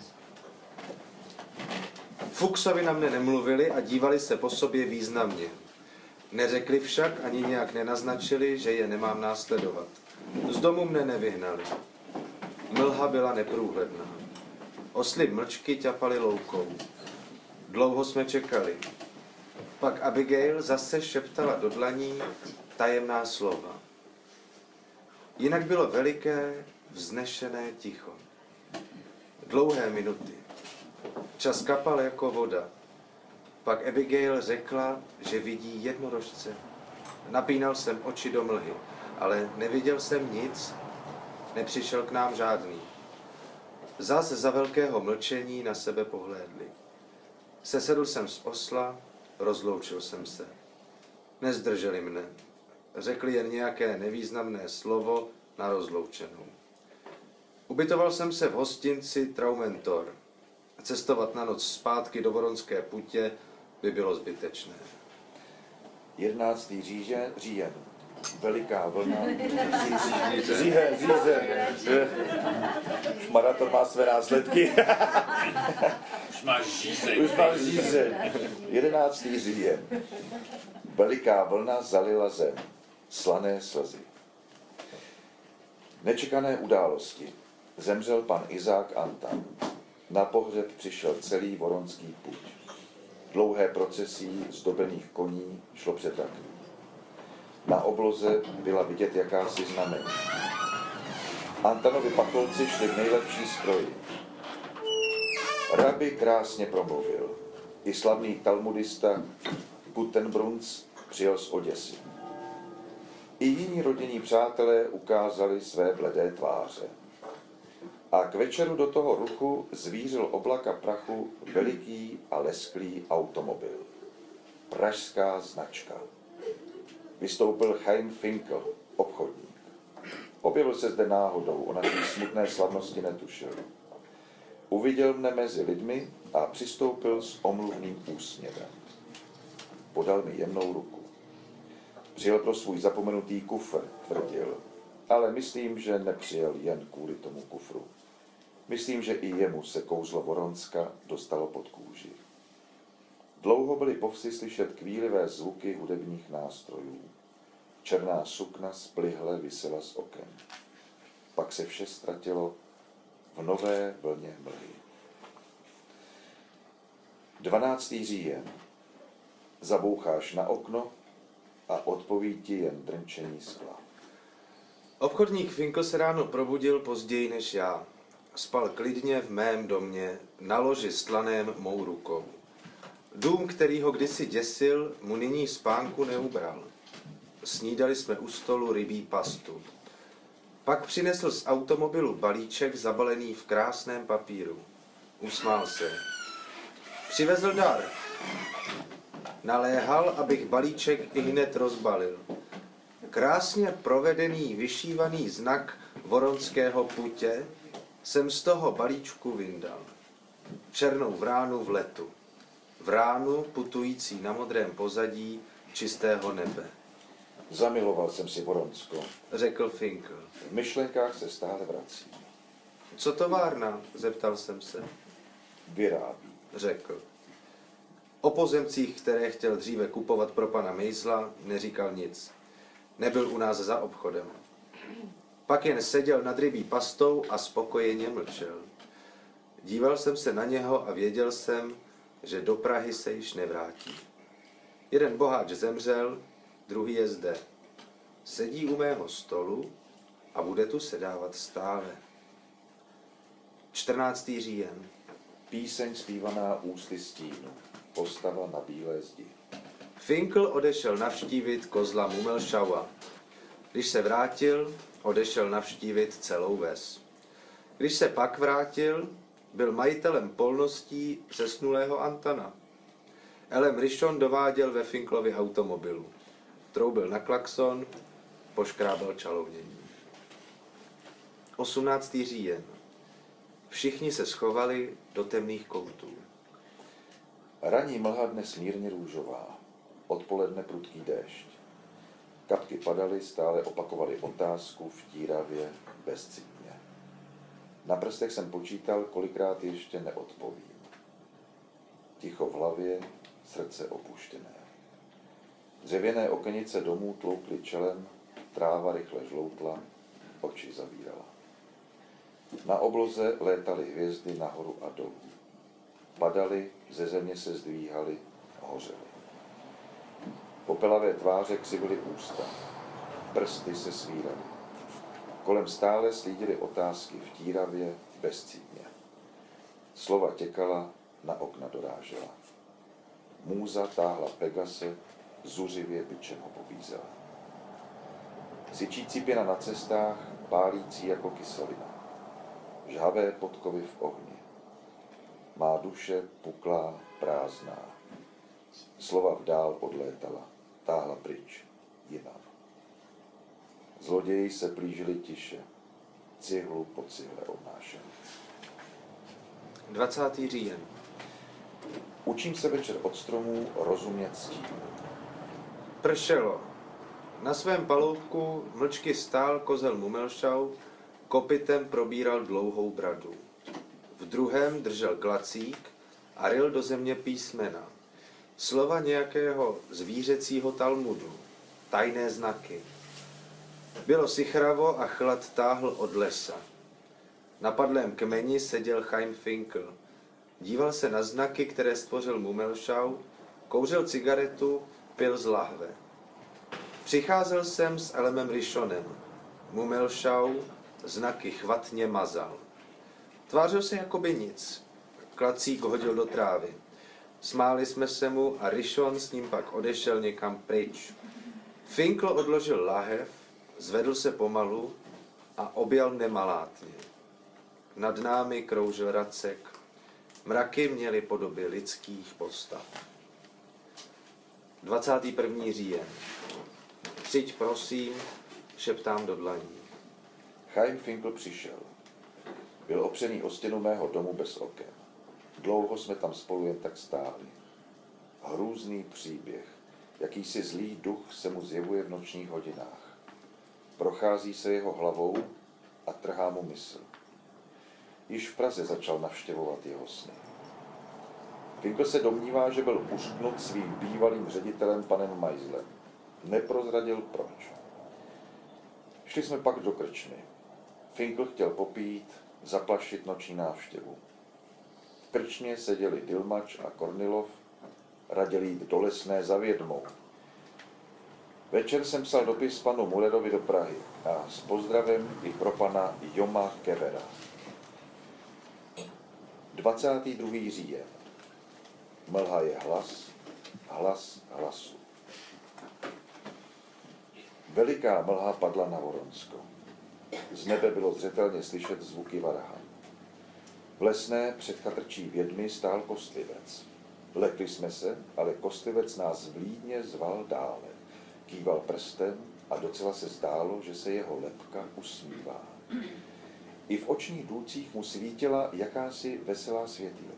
Speaker 5: Fuchsovi na mne nemluvili a dívali se po sobě významně. Neřekli však ani nějak nenaznačili, že je nemám následovat. Z domu mne nevyhnali. Mlha byla neprůhledná. Osly mlčky ťapaly loukou. Dlouho jsme čekali. Pak Abigail zase šeptala do dlaní tajemná slova. Jinak bylo veliké, vznešené ticho. Dlouhé minuty. Čas kapal jako voda. Pak Abigail řekla, že vidí jednorožce. Napínal jsem oči do mlhy, ale neviděl jsem nic, nepřišel k nám žádný. Zas za velkého mlčení na sebe pohlédli. Sesedl jsem z osla, rozloučil jsem se. Nezdrželi mne. Řekli jen nějaké nevýznamné slovo na rozloučenou. Ubytoval jsem se v hostinci Traumentor. Cestovat na noc zpátky do Voronské Putě by bylo zbytečné.
Speaker 3: 11. říjen. Veliká vlna. Říjen. Maraton má své následky.
Speaker 4: Už máš žízeň.
Speaker 3: 11. říjen. Veliká vlna zalila zem. Slané slzy. Nečekané události. Zemřel pan Izák Antan. Na pohřeb přišel celý Voronský puť. Dlouhé procesí zdobených koní šlo před rakví. Na obloze byla vidět jakási znamení. Antanovi pakolci šli v nejlepší stroji. Rabi krásně promluvil. I slavný talmudista Gutenbrunz přijel z Oděsy. I jiní rodinní přátelé ukázali své bledé tváře. A k večeru do toho ruchu zvířil oblaka prachu veliký a lesklý automobil. Pražská značka. Vystoupil Chaim Finkel, obchodník. Objevil se zde náhodou, o naší smutné slavnosti netušil. Uviděl mne mezi lidmi a přistoupil s omluvným úsměvem. Podal mi jemnou ruku. Přijel pro svůj zapomenutý kufr, tvrdil.
Speaker 6: Ale myslím, že nepřijel jen kvůli tomu kufru. Myslím, že i jemu se kouzlo Voronska dostalo pod kůži. Dlouho byly po vsi slyšet kvílivé zvuky hudebních nástrojů. Černá sukna splihle visela z oken. Pak se vše ztratilo v nové vlně mlhy. 12. říjen. Zaboucháš na okno a odpoví ti jen drnčení skla.
Speaker 5: Obchodník Finkl se ráno probudil později než já. Spal klidně v mém domě, na loži stlaném mou rukou. Dům, který ho kdysi děsil, mu nyní spánku neubral. Snídali jsme u stolu rybí pastu. Pak přinesl z automobilu balíček zabalený v krásném papíru. Usmál se. Přivezl dar. Naléhal, abych balíček ihned rozbalil. Krásně provedený vyšívaný znak voronského putě jsem z toho balíčku vyndal. Černou vránu v letu. Vránu putující na modrém pozadí čistého nebe.
Speaker 6: Zamiloval jsem si Voronsko,
Speaker 5: Řekl Finkl.
Speaker 6: v myšlenkách se stále vrací.
Speaker 5: Co továrna? Zeptal jsem se.
Speaker 6: Vyrábí.
Speaker 5: Řekl. O pozemcích, které chtěl dříve kupovat pro pana Mejzla, neříkal nic. Nebyl u nás za obchodem. Pak jen seděl nad rybí pastou a spokojeně mlčel. Díval jsem se na něho a věděl jsem, že do Prahy se již nevrátí. Jeden boháč zemřel, druhý je zde. Sedí u mého stolu a bude tu sedávat stále. 14. říjen.
Speaker 6: Píseň zpívaná ústy stínu. Postava na bílé zdi.
Speaker 5: Finkl odešel navštívit kozla Mumelschaua. Když se vrátil, odešel navštívit celou ves. Když se pak vrátil, byl majitelem polností zesnulého Antana. Elem Ryšon dováděl ve Finklově automobilu. Troubil na klakson, poškrábal čalounění. 18. říjen. Všichni se schovali do temných koutů.
Speaker 6: Ranní mlha dnes mírně růžová. Odpoledne prudký déšť. Kapky padaly, stále opakovaly otázku vtíravě, bezcitně. Na prstech jsem počítal, kolikrát ještě neodpovím. Ticho v hlavě, srdce opuštěné. Dřevěné okenice domů tloukly čelem, tráva rychle žloutla, oči zavírala. Na obloze létaly hvězdy nahoru a dolů. Padaly, ze země se zdvíhaly, hořely. Popelavé tváře křivily ústa. Prsty se svíraly. Kolem stále slídily otázky vtíravě, bezcitně. Slova těkala, na okna dorážela. Můza táhla Pegase, zuřivě bičem ho pobízela. Syčící pěna na cestách, pálící jako kyselina. Žhavé podkovy v ohni. Má duše puklá, prázdná. Slova vdál odlétala, táhla pryč, jinam. Zloději se plížili tiše, cihlu po cihle odnášeli.
Speaker 5: 20. říjen.
Speaker 6: Učím se večer od stromů rozumět stínu.
Speaker 5: Pršelo. Na svém paloutku mlčky stál kozel Mumelschau, kopytem probíral dlouhou bradu. V druhém držel klacík a ryl do země písmena. Slova nějakého zvířecího talmudu, tajné znaky. Bylo sichravo a chlad táhl od lesa. Na padlém kmeni seděl Chaim Finkl. Díval se na znaky, které stvořil Mumelschau, kouřil cigaretu, pil z lahve. Přicházel jsem s Elemem Rishonem. Mumelschau znaky chvatně mazal. Tvářil se jakoby nic. Klacík hodil do trávy. Smáli jsme se mu a Rishon s ním pak odešel někam pryč. Finkl odložil lahev, zvedl se pomalu a objal mne malátně. Nad námi kroužil racek. Mraky měly podoby lidských postav. 21. říjen. Přijď prosím, šeptám do dlaní.
Speaker 6: Chaim Finkl přišel. Byl opřený o stěnu mého domu bez oken. Dlouho jsme tam spolu jen tak stáli. Hrůzný příběh. Jakýsi zlý duch se mu zjevuje v nočních hodinách. Prochází se jeho hlavou a trhá mu mysl. Již v Praze začal navštěvovat jeho sny. Finkl se domnívá, že byl uřknut svým bývalým ředitelem panem Majzlem. Neprozradil proč. Šli jsme pak do krčmy. Finkl chtěl popít, zaplašit noční návštěvu. V krčmě seděli Dilmač a Kornilov, radili jít do Lesné za Vědmou. Večer jsem psal dopis panu Mullerovi do Prahy a s pozdravem i pro pana Joma Kevera. 22. říjen. Mlha je hlas, hlas hlasu. Veliká mlha padla na Voronsko. Z nebe bylo zřetelně slyšet zvuky varhan. V Lesné před chatrčí Vědmy stál kostlivec. Lekli jsme se, ale kostlivec nás vlídně zval dále. Kýval prstem a docela se zdálo, že se jeho lebka usmívá. I v očních důlcích mu svítila jakási veselá světýlka.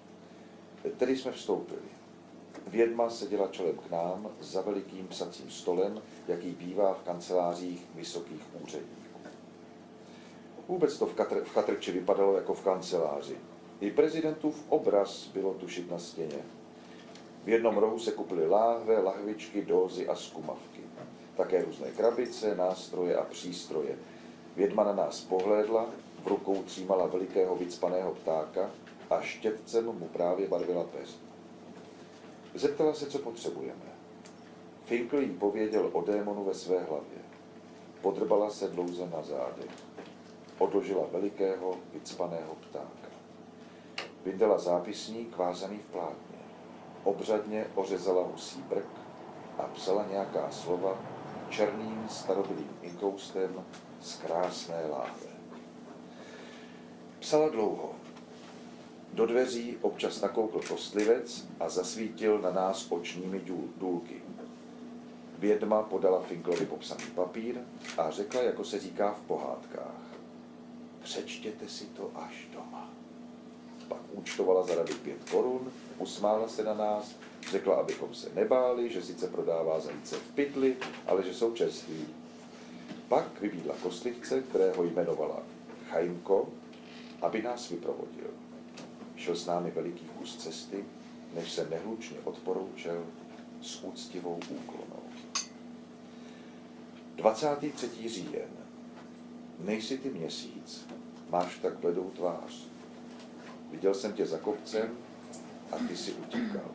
Speaker 6: Tedy jsme vstoupili. Vědma seděla čelem k nám za velikým psacím stolem, jaký bývá v kancelářích vysokých úředníků. Vůbec to v chatrči vypadalo jako v kanceláři. I prezidentův obraz bylo tušit na stěně. V jednom rohu se kupily láhve, lahvičky, dózy a skumavky. Také různé krabice, nástroje a přístroje. Vědma na nás pohlédla, v rukou třímala velikého vycpaného ptáka a štětcem mu právě barvila peř. Zeptala se, co potřebujeme. Finkl jí pověděl o démonu ve své hlavě. Podrbala se dlouze na zádech. Odložila velikého vycpaného ptáka. Vyndala zápisník vázaný v plátně. Obřadně ořezala husí brk a psala nějaká slova černým starobylým inkoustem z krásné láhve. Psala dlouho. Do dveří občas nakoukl kostlivec a zasvítil na nás očními důlky. Vědma podala Finklovi popsaný papír a řekla, jako se říká v pohádkách. Přečtěte si to až doma. Pak účtovala za rady 5 korun, usmála se na nás, řekla, abychom se nebáli, že sice prodává zajíce v pytli, ale že jsou čerství. Pak vybídla kostlivce, kterého jmenovala Chaimko, aby nás vyprovodil. Šel s námi veliký kus cesty, než se nehlučně odporoučel s úctivou úklonou. 23. říjen. Nejsi ty měsíc, máš tak bledou tvář. Viděl jsem tě za kopcem a ty si utíkal.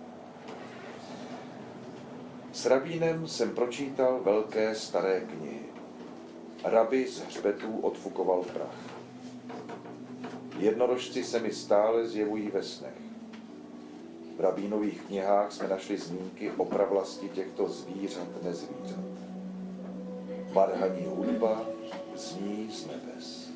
Speaker 6: S rabínem jsem pročítal velké staré knihy. Rabi z hřbetů odfukoval prach. Jednorožci se mi stále zjevují ve snech. V rabínových knihách jsme našli zmínky o pravlasti těchto zvířat nezvířat. Varhaní hudba zní z nebes.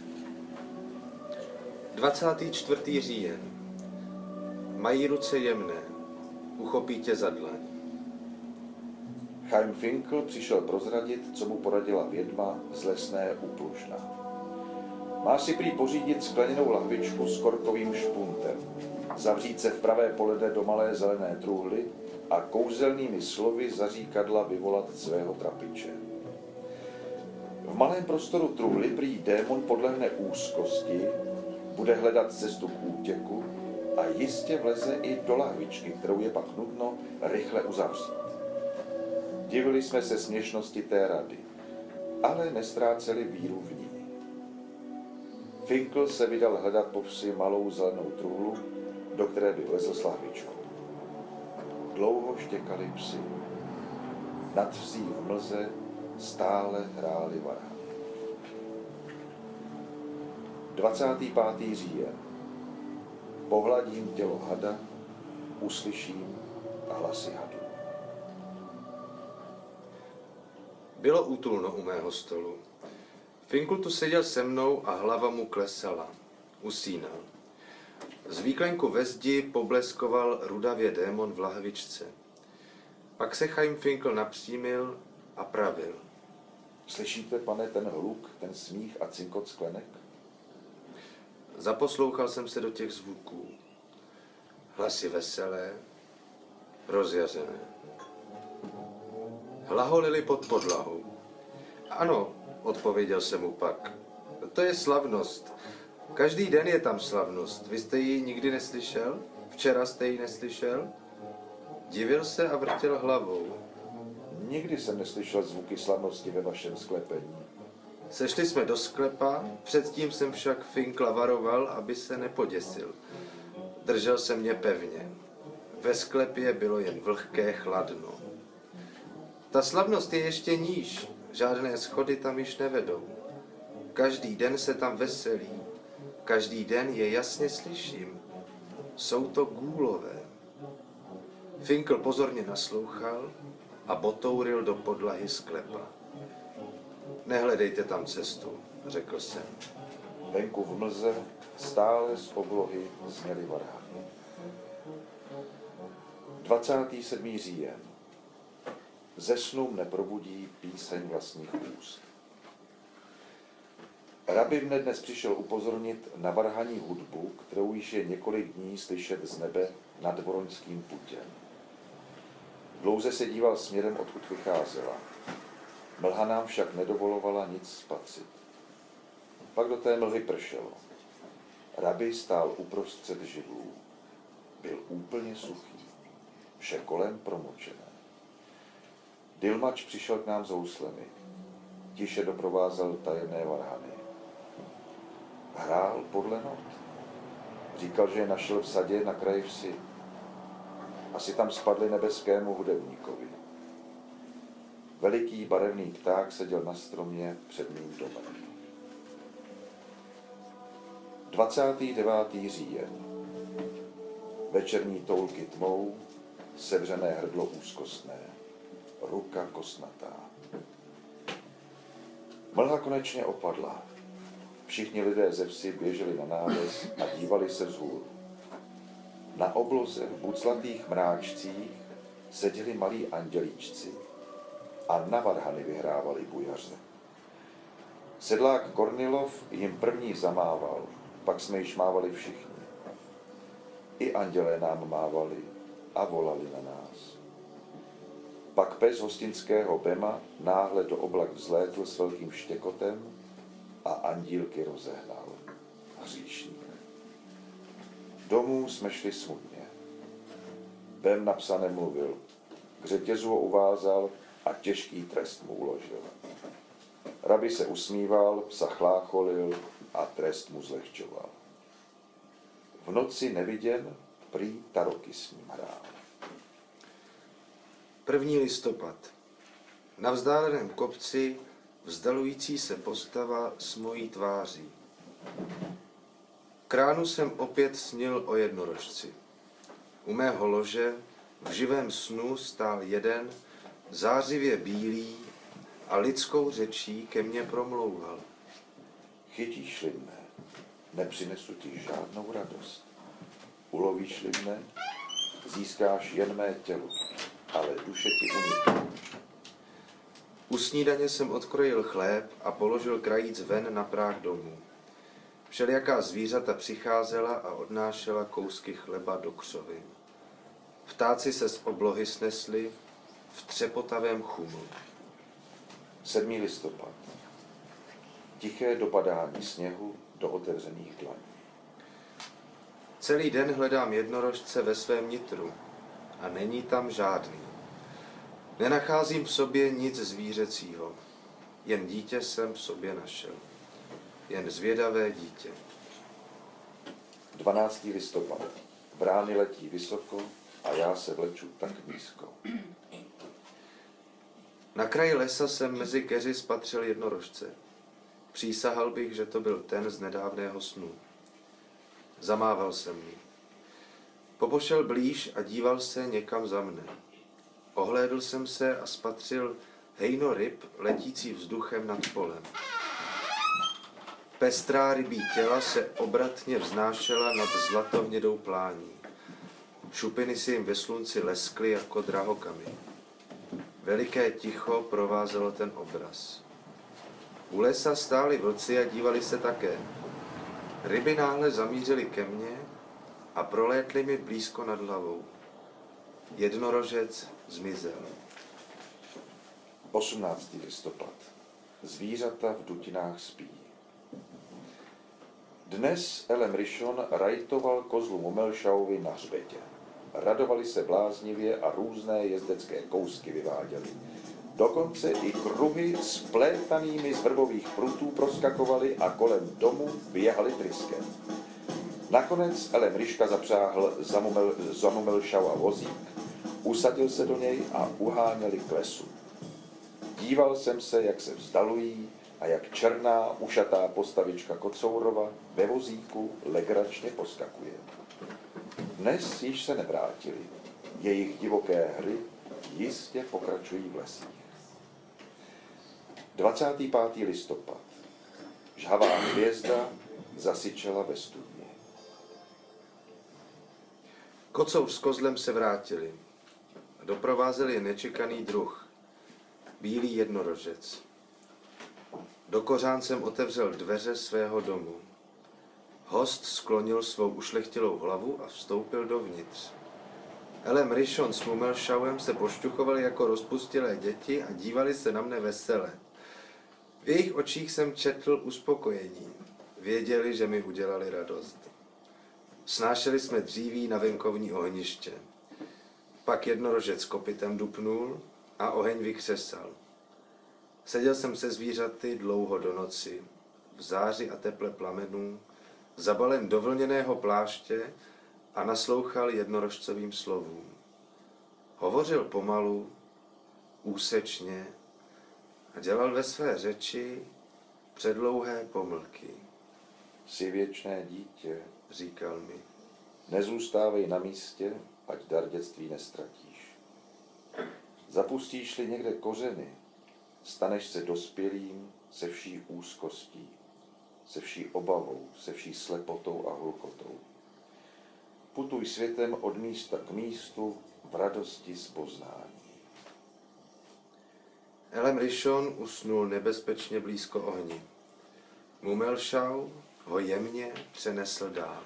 Speaker 5: 24. říjen. Mají ruce jemné, uchopí tě za dlaň.
Speaker 6: Chaim Finkl přišel prozradit, co mu poradila vědma z Lesné u Plužna. Má si prý pořídit skleněnou lahvičku s korkovým špuntem, zavřít se v pravé poledne do malé zelené truhly a kouzelnými slovy zaříkadla vyvolat svého trapiče. V malém prostoru truhly prý démon podlehne úzkosti, bude hledat cestu k útěku a jistě vleze i do lahvičky, kterou je pak nutno rychle uzavřít. Divili jsme se směšnosti té rady, ale nestráceli víru v ní. Finkl se vydal hledat po vsi malou zelenou truhlu, do které by vlezl s lahvičkou. Dlouho štěkali psi. Nad vsí v mlze stále hráli varhany. 25. říjen. Pohladím tělo hada, uslyším hlasy hadů.
Speaker 5: Bylo útulno u mého stolu. Finkl tu seděl se mnou a hlava mu klesala. Usínal. Z výklenku ve zdi pobleskoval rudavě démon v lahvičce. Pak se Chaim Finkl napřímil a pravil.
Speaker 6: Slyšíte, pane, ten hluk, ten smích a cinkot sklenek?
Speaker 5: Zaposlouchal jsem se do těch zvuků. Hlasy veselé, rozjařené. Hlaholili pod podlahou. Ano, odpověděl jsem mu pak. To je slavnost. Každý den je tam slavnost. Vy jste ji nikdy neslyšel? Včera jste ji neslyšel? Divil se a vrtěl hlavou.
Speaker 6: Nikdy jsem neslyšel zvuky slavnosti ve vašem sklepení.
Speaker 5: Sešli jsme do sklepa, předtím jsem však Finkla varoval, aby se nepoděsil. Držel se mě pevně. Ve sklepě bylo jen vlhké chladno. Ta slavnost je ještě níž, žádné schody tam již nevedou. Každý den se tam veselí, každý den je jasně slyším. Jsou to gůlové. Finkl pozorně naslouchal a botouřil do podlahy sklepa. Nehledejte tam cestu, řekl jsem.
Speaker 6: Venku v mlze stále z oblohy zněly varhany. 27. říjen. Ze snu mne probudí píseň vlastních úst. Rabi mne dnes přišel upozornit na varhaní hudbu, kterou již je několik dní slyšet z nebe nad Voroňským putěm. Dlouze se díval směrem, odkud vycházela. Mlha nám však nedovolovala nic spatřit. Pak do té mlhy pršelo. Rabi stál uprostřed židlů. Byl úplně suchý. Vše kolem promočené. Dilmač přišel k nám s houslemi. Tiše doprovázel tajemné varhany. Hrál podle not. Říkal, že je našel v sadě na kraji vsi. Asi tam spadli nebeskému hudebníkovi. Veliký barevný pták seděl na stromě před mým domem. 29. říjen. Večerní toulky tmou, sevřené hrdlo úzkostné, ruka kosnatá. Mlha konečně opadla. Všichni lidé ze vsi běželi na náves a dívali se vzhůru. Na obloze v buclatých mráčcích seděli malí andělíčci a na varhany vyhrávali bujaře. Sedlák Kornilov jim první zamával, pak jsme již mávali všichni. I andělé nám mávali a volali na nás. Pak pes hostinského Bema náhle do oblak vzlétl s velkým štěkotem a andílky rozehnal. Hříšník. Domů jsme šli smutně. Bem na psa nemluvil. K řetězu ho uvázal a těžký trest mu uložil. Rabi se usmíval, psa chlácholil a trest mu zlehčoval. V noci neviděn prý taroky s ním hrál.
Speaker 5: 1. listopad. Na vzdáleném kopci vzdalující se postava s mojí tváří. K ránu jsem opět snil o jednorožci. U mého lože v živém snu stál jeden, zářivě bílý a lidskou řečí ke mně promlouval.
Speaker 6: Chytíš-li mne, nepřinesu ti žádnou radost. Ulovíš-li mne, získáš jen mé tělo, ale duše ti uniká.
Speaker 5: U snídaně jsem odkrojil chléb a položil krajíc ven na práh domů. Všelijaká zvířata přicházela a odnášela kousky chleba do křovin. Ptáci se z oblohy snesli v třepotavém chumlu.
Speaker 6: 7. listopad. Tiché dopadání sněhu do otevřených dlaní.
Speaker 5: Celý den hledám jednorožce ve svém nitru a není tam žádný. Nenacházím v sobě nic zvířecího. Jen dítě jsem v sobě našel. Jen zvědavé dítě.
Speaker 6: 12. listopad. Brány letí vysoko a já se vleču tak nízko.
Speaker 5: Na kraji lesa jsem mezi keři spatřil jednorožce. Přísahal bych, že to byl ten z nedávného snu. Zamával jsem mi. Popošel blíž a díval se někam za mne. Ohlédl jsem se a spatřil hejno ryb letící vzduchem nad polem. Pestrá rybí těla se obratně vznášela nad zlatovnědou plání. Šupiny si jim ve slunci leskly jako drahokamy. Veliké ticho provázelo ten obraz. U lesa stáli vlci a dívali se také. Ryby náhle zamířily ke mně a prolétly mi blízko nad hlavou. Jednorožec zmizel.
Speaker 6: 18. listopad. Zvířata v dutinách spí. Dnes Elem Rishon rajtoval kozlu Mumelšauvi na hřbetě. Radovali se bláznivě a různé jezdecké kousky vyváděli. Dokonce i kruhy s plétanými z vrbových prutů proskakovaly a kolem domu běhali tryskem. Nakonec Elem Riška zapřáhl za Mumelšaua vozík, usadil se do něj a uháněli k lesu. Díval jsem se, jak se vzdalují a jak černá, ušatá postavička Kocourova ve vozíku legračně poskakuje. Dnes již se nevrátili. Jejich divoké hry jistě pokračují v lesích. 25. listopad. Žhavá hvězda zasyčela ve studni.
Speaker 5: Kocour s kozlem se vrátili. Doprovázeli je nečekaný druh. Bílý jednorožec. Do kořán jsem otevřel dveře svého domu. Host sklonil svou ušlechtilou hlavu a vstoupil dovnitř. Elem Rishon s Mumelšauem se pošťuchovali jako rozpustilé děti a dívali se na mne vesele. V jejich očích jsem četl uspokojení. Věděli, že mi udělali radost. Snášeli jsme dříví na venkovní ohniště. Pak jednorožec kopytem dupnul a oheň vykřesal. Seděl jsem se zvířaty dlouho do noci, v záři a teple plamenů, zabalen do vlněného pláště a naslouchal jednorožcovým slovům. Hovořil pomalu, úsečně a dělal ve své řeči předlouhé pomlky.
Speaker 6: Jsi věčné dítě,
Speaker 5: Říkal mi.
Speaker 6: nezůstávej na místě, ať dar dětství nestratíš. Zapustíš-li někde kořeny, staneš se dospělým se vší úzkostí, se vší obavou, se vší slepotou a hluchotou. Putuj světem od místa k místu v radosti z poznání.
Speaker 5: Elem Rishon usnul nebezpečně blízko ohni. Mumelšau ho jemně přenesl dál.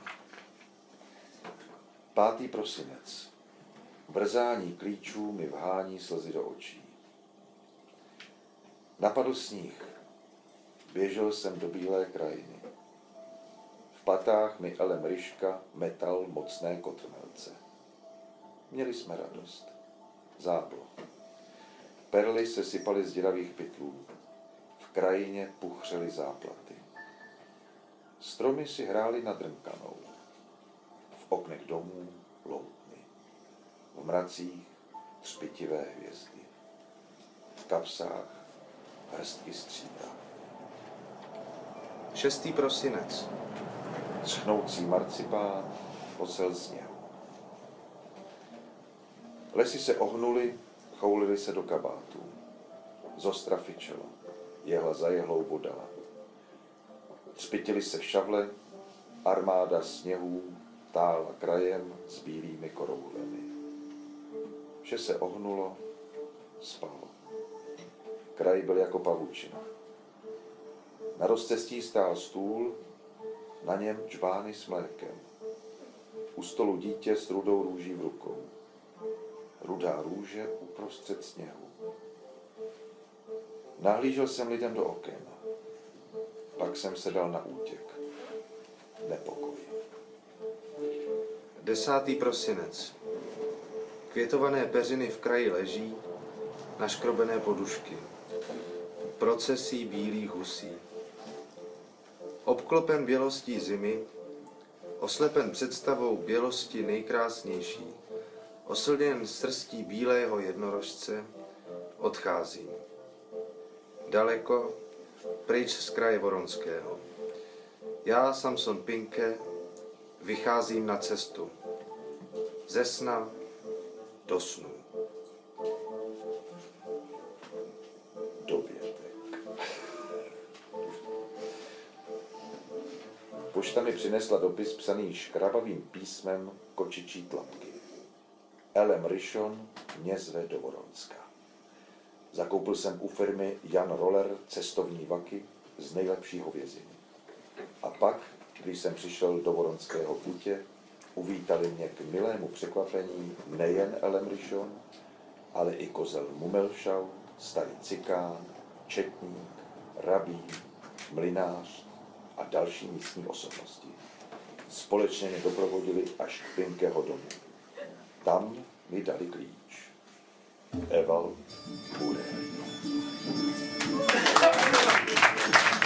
Speaker 6: 5. prosinec. Brzání klíčů mi vhání slzy do očí. Napadl sníh. Běžel jsem do bílé krajiny. V patách mi Elem Riška metal mocné kotrmelce. Měli jsme radost. Záblo. Perly se sypaly z děravých pytlů. V krajině puchřely záplaty. Stromy si hrály na drnkanou. V oknech domů loutny. V mracích třpitivé hvězdy. V kapsách hrstky stříbra.
Speaker 5: 6. prosinec.
Speaker 6: Schnoucí marcipán posel sněhu. Lesy se ohnuly, choulily se do kabátů. Zostra fičelo, jehla za jehlou bodala. Třpitily se šavle, armáda sněhů tála krajem s bílými korouhlemi. Vše se ohnulo, spalo. Kraj byl jako pavučina. Na rozcestí stál stůl, na něm džbány s mlékem. U stolu dítě s rudou růží v rukou. Rudá růže uprostřed sněhu. Nahlížel jsem lidem do oken. Pak jsem se dal na útěk. Nepokoj.
Speaker 5: 10. prosinec. Květované peřiny v kraji leží, naškrobené podušky. Procesí bílých husí. Obklopen bělostí zimy, oslepen představou bělosti nejkrásnější, oslněn srstí bílého jednorožce, odcházím. Daleko, pryč z kraje Voronského. Já, Samson Pinke, vycházím na cestu. Ze sna do snu.
Speaker 6: Dovětek. Pošta mi přinesla dopis psaný škrabavým písmem kočičí tlapky. Elem Rishon mě zve do Voronska. Zakoupil jsem u firmy Jan Roller cestovní vaky z nejlepší hověziny. A pak, když jsem přišel do Voronského putě, uvítali mě k milému překvapení nejen Elem Rishon, ale i kozel Mumelšau, starý cikán, četník rabín, mlynář a další místní osobnosti. Společně mě doprovodili až k Pinkeho domu. Tam mi dali klíč. Eval bude.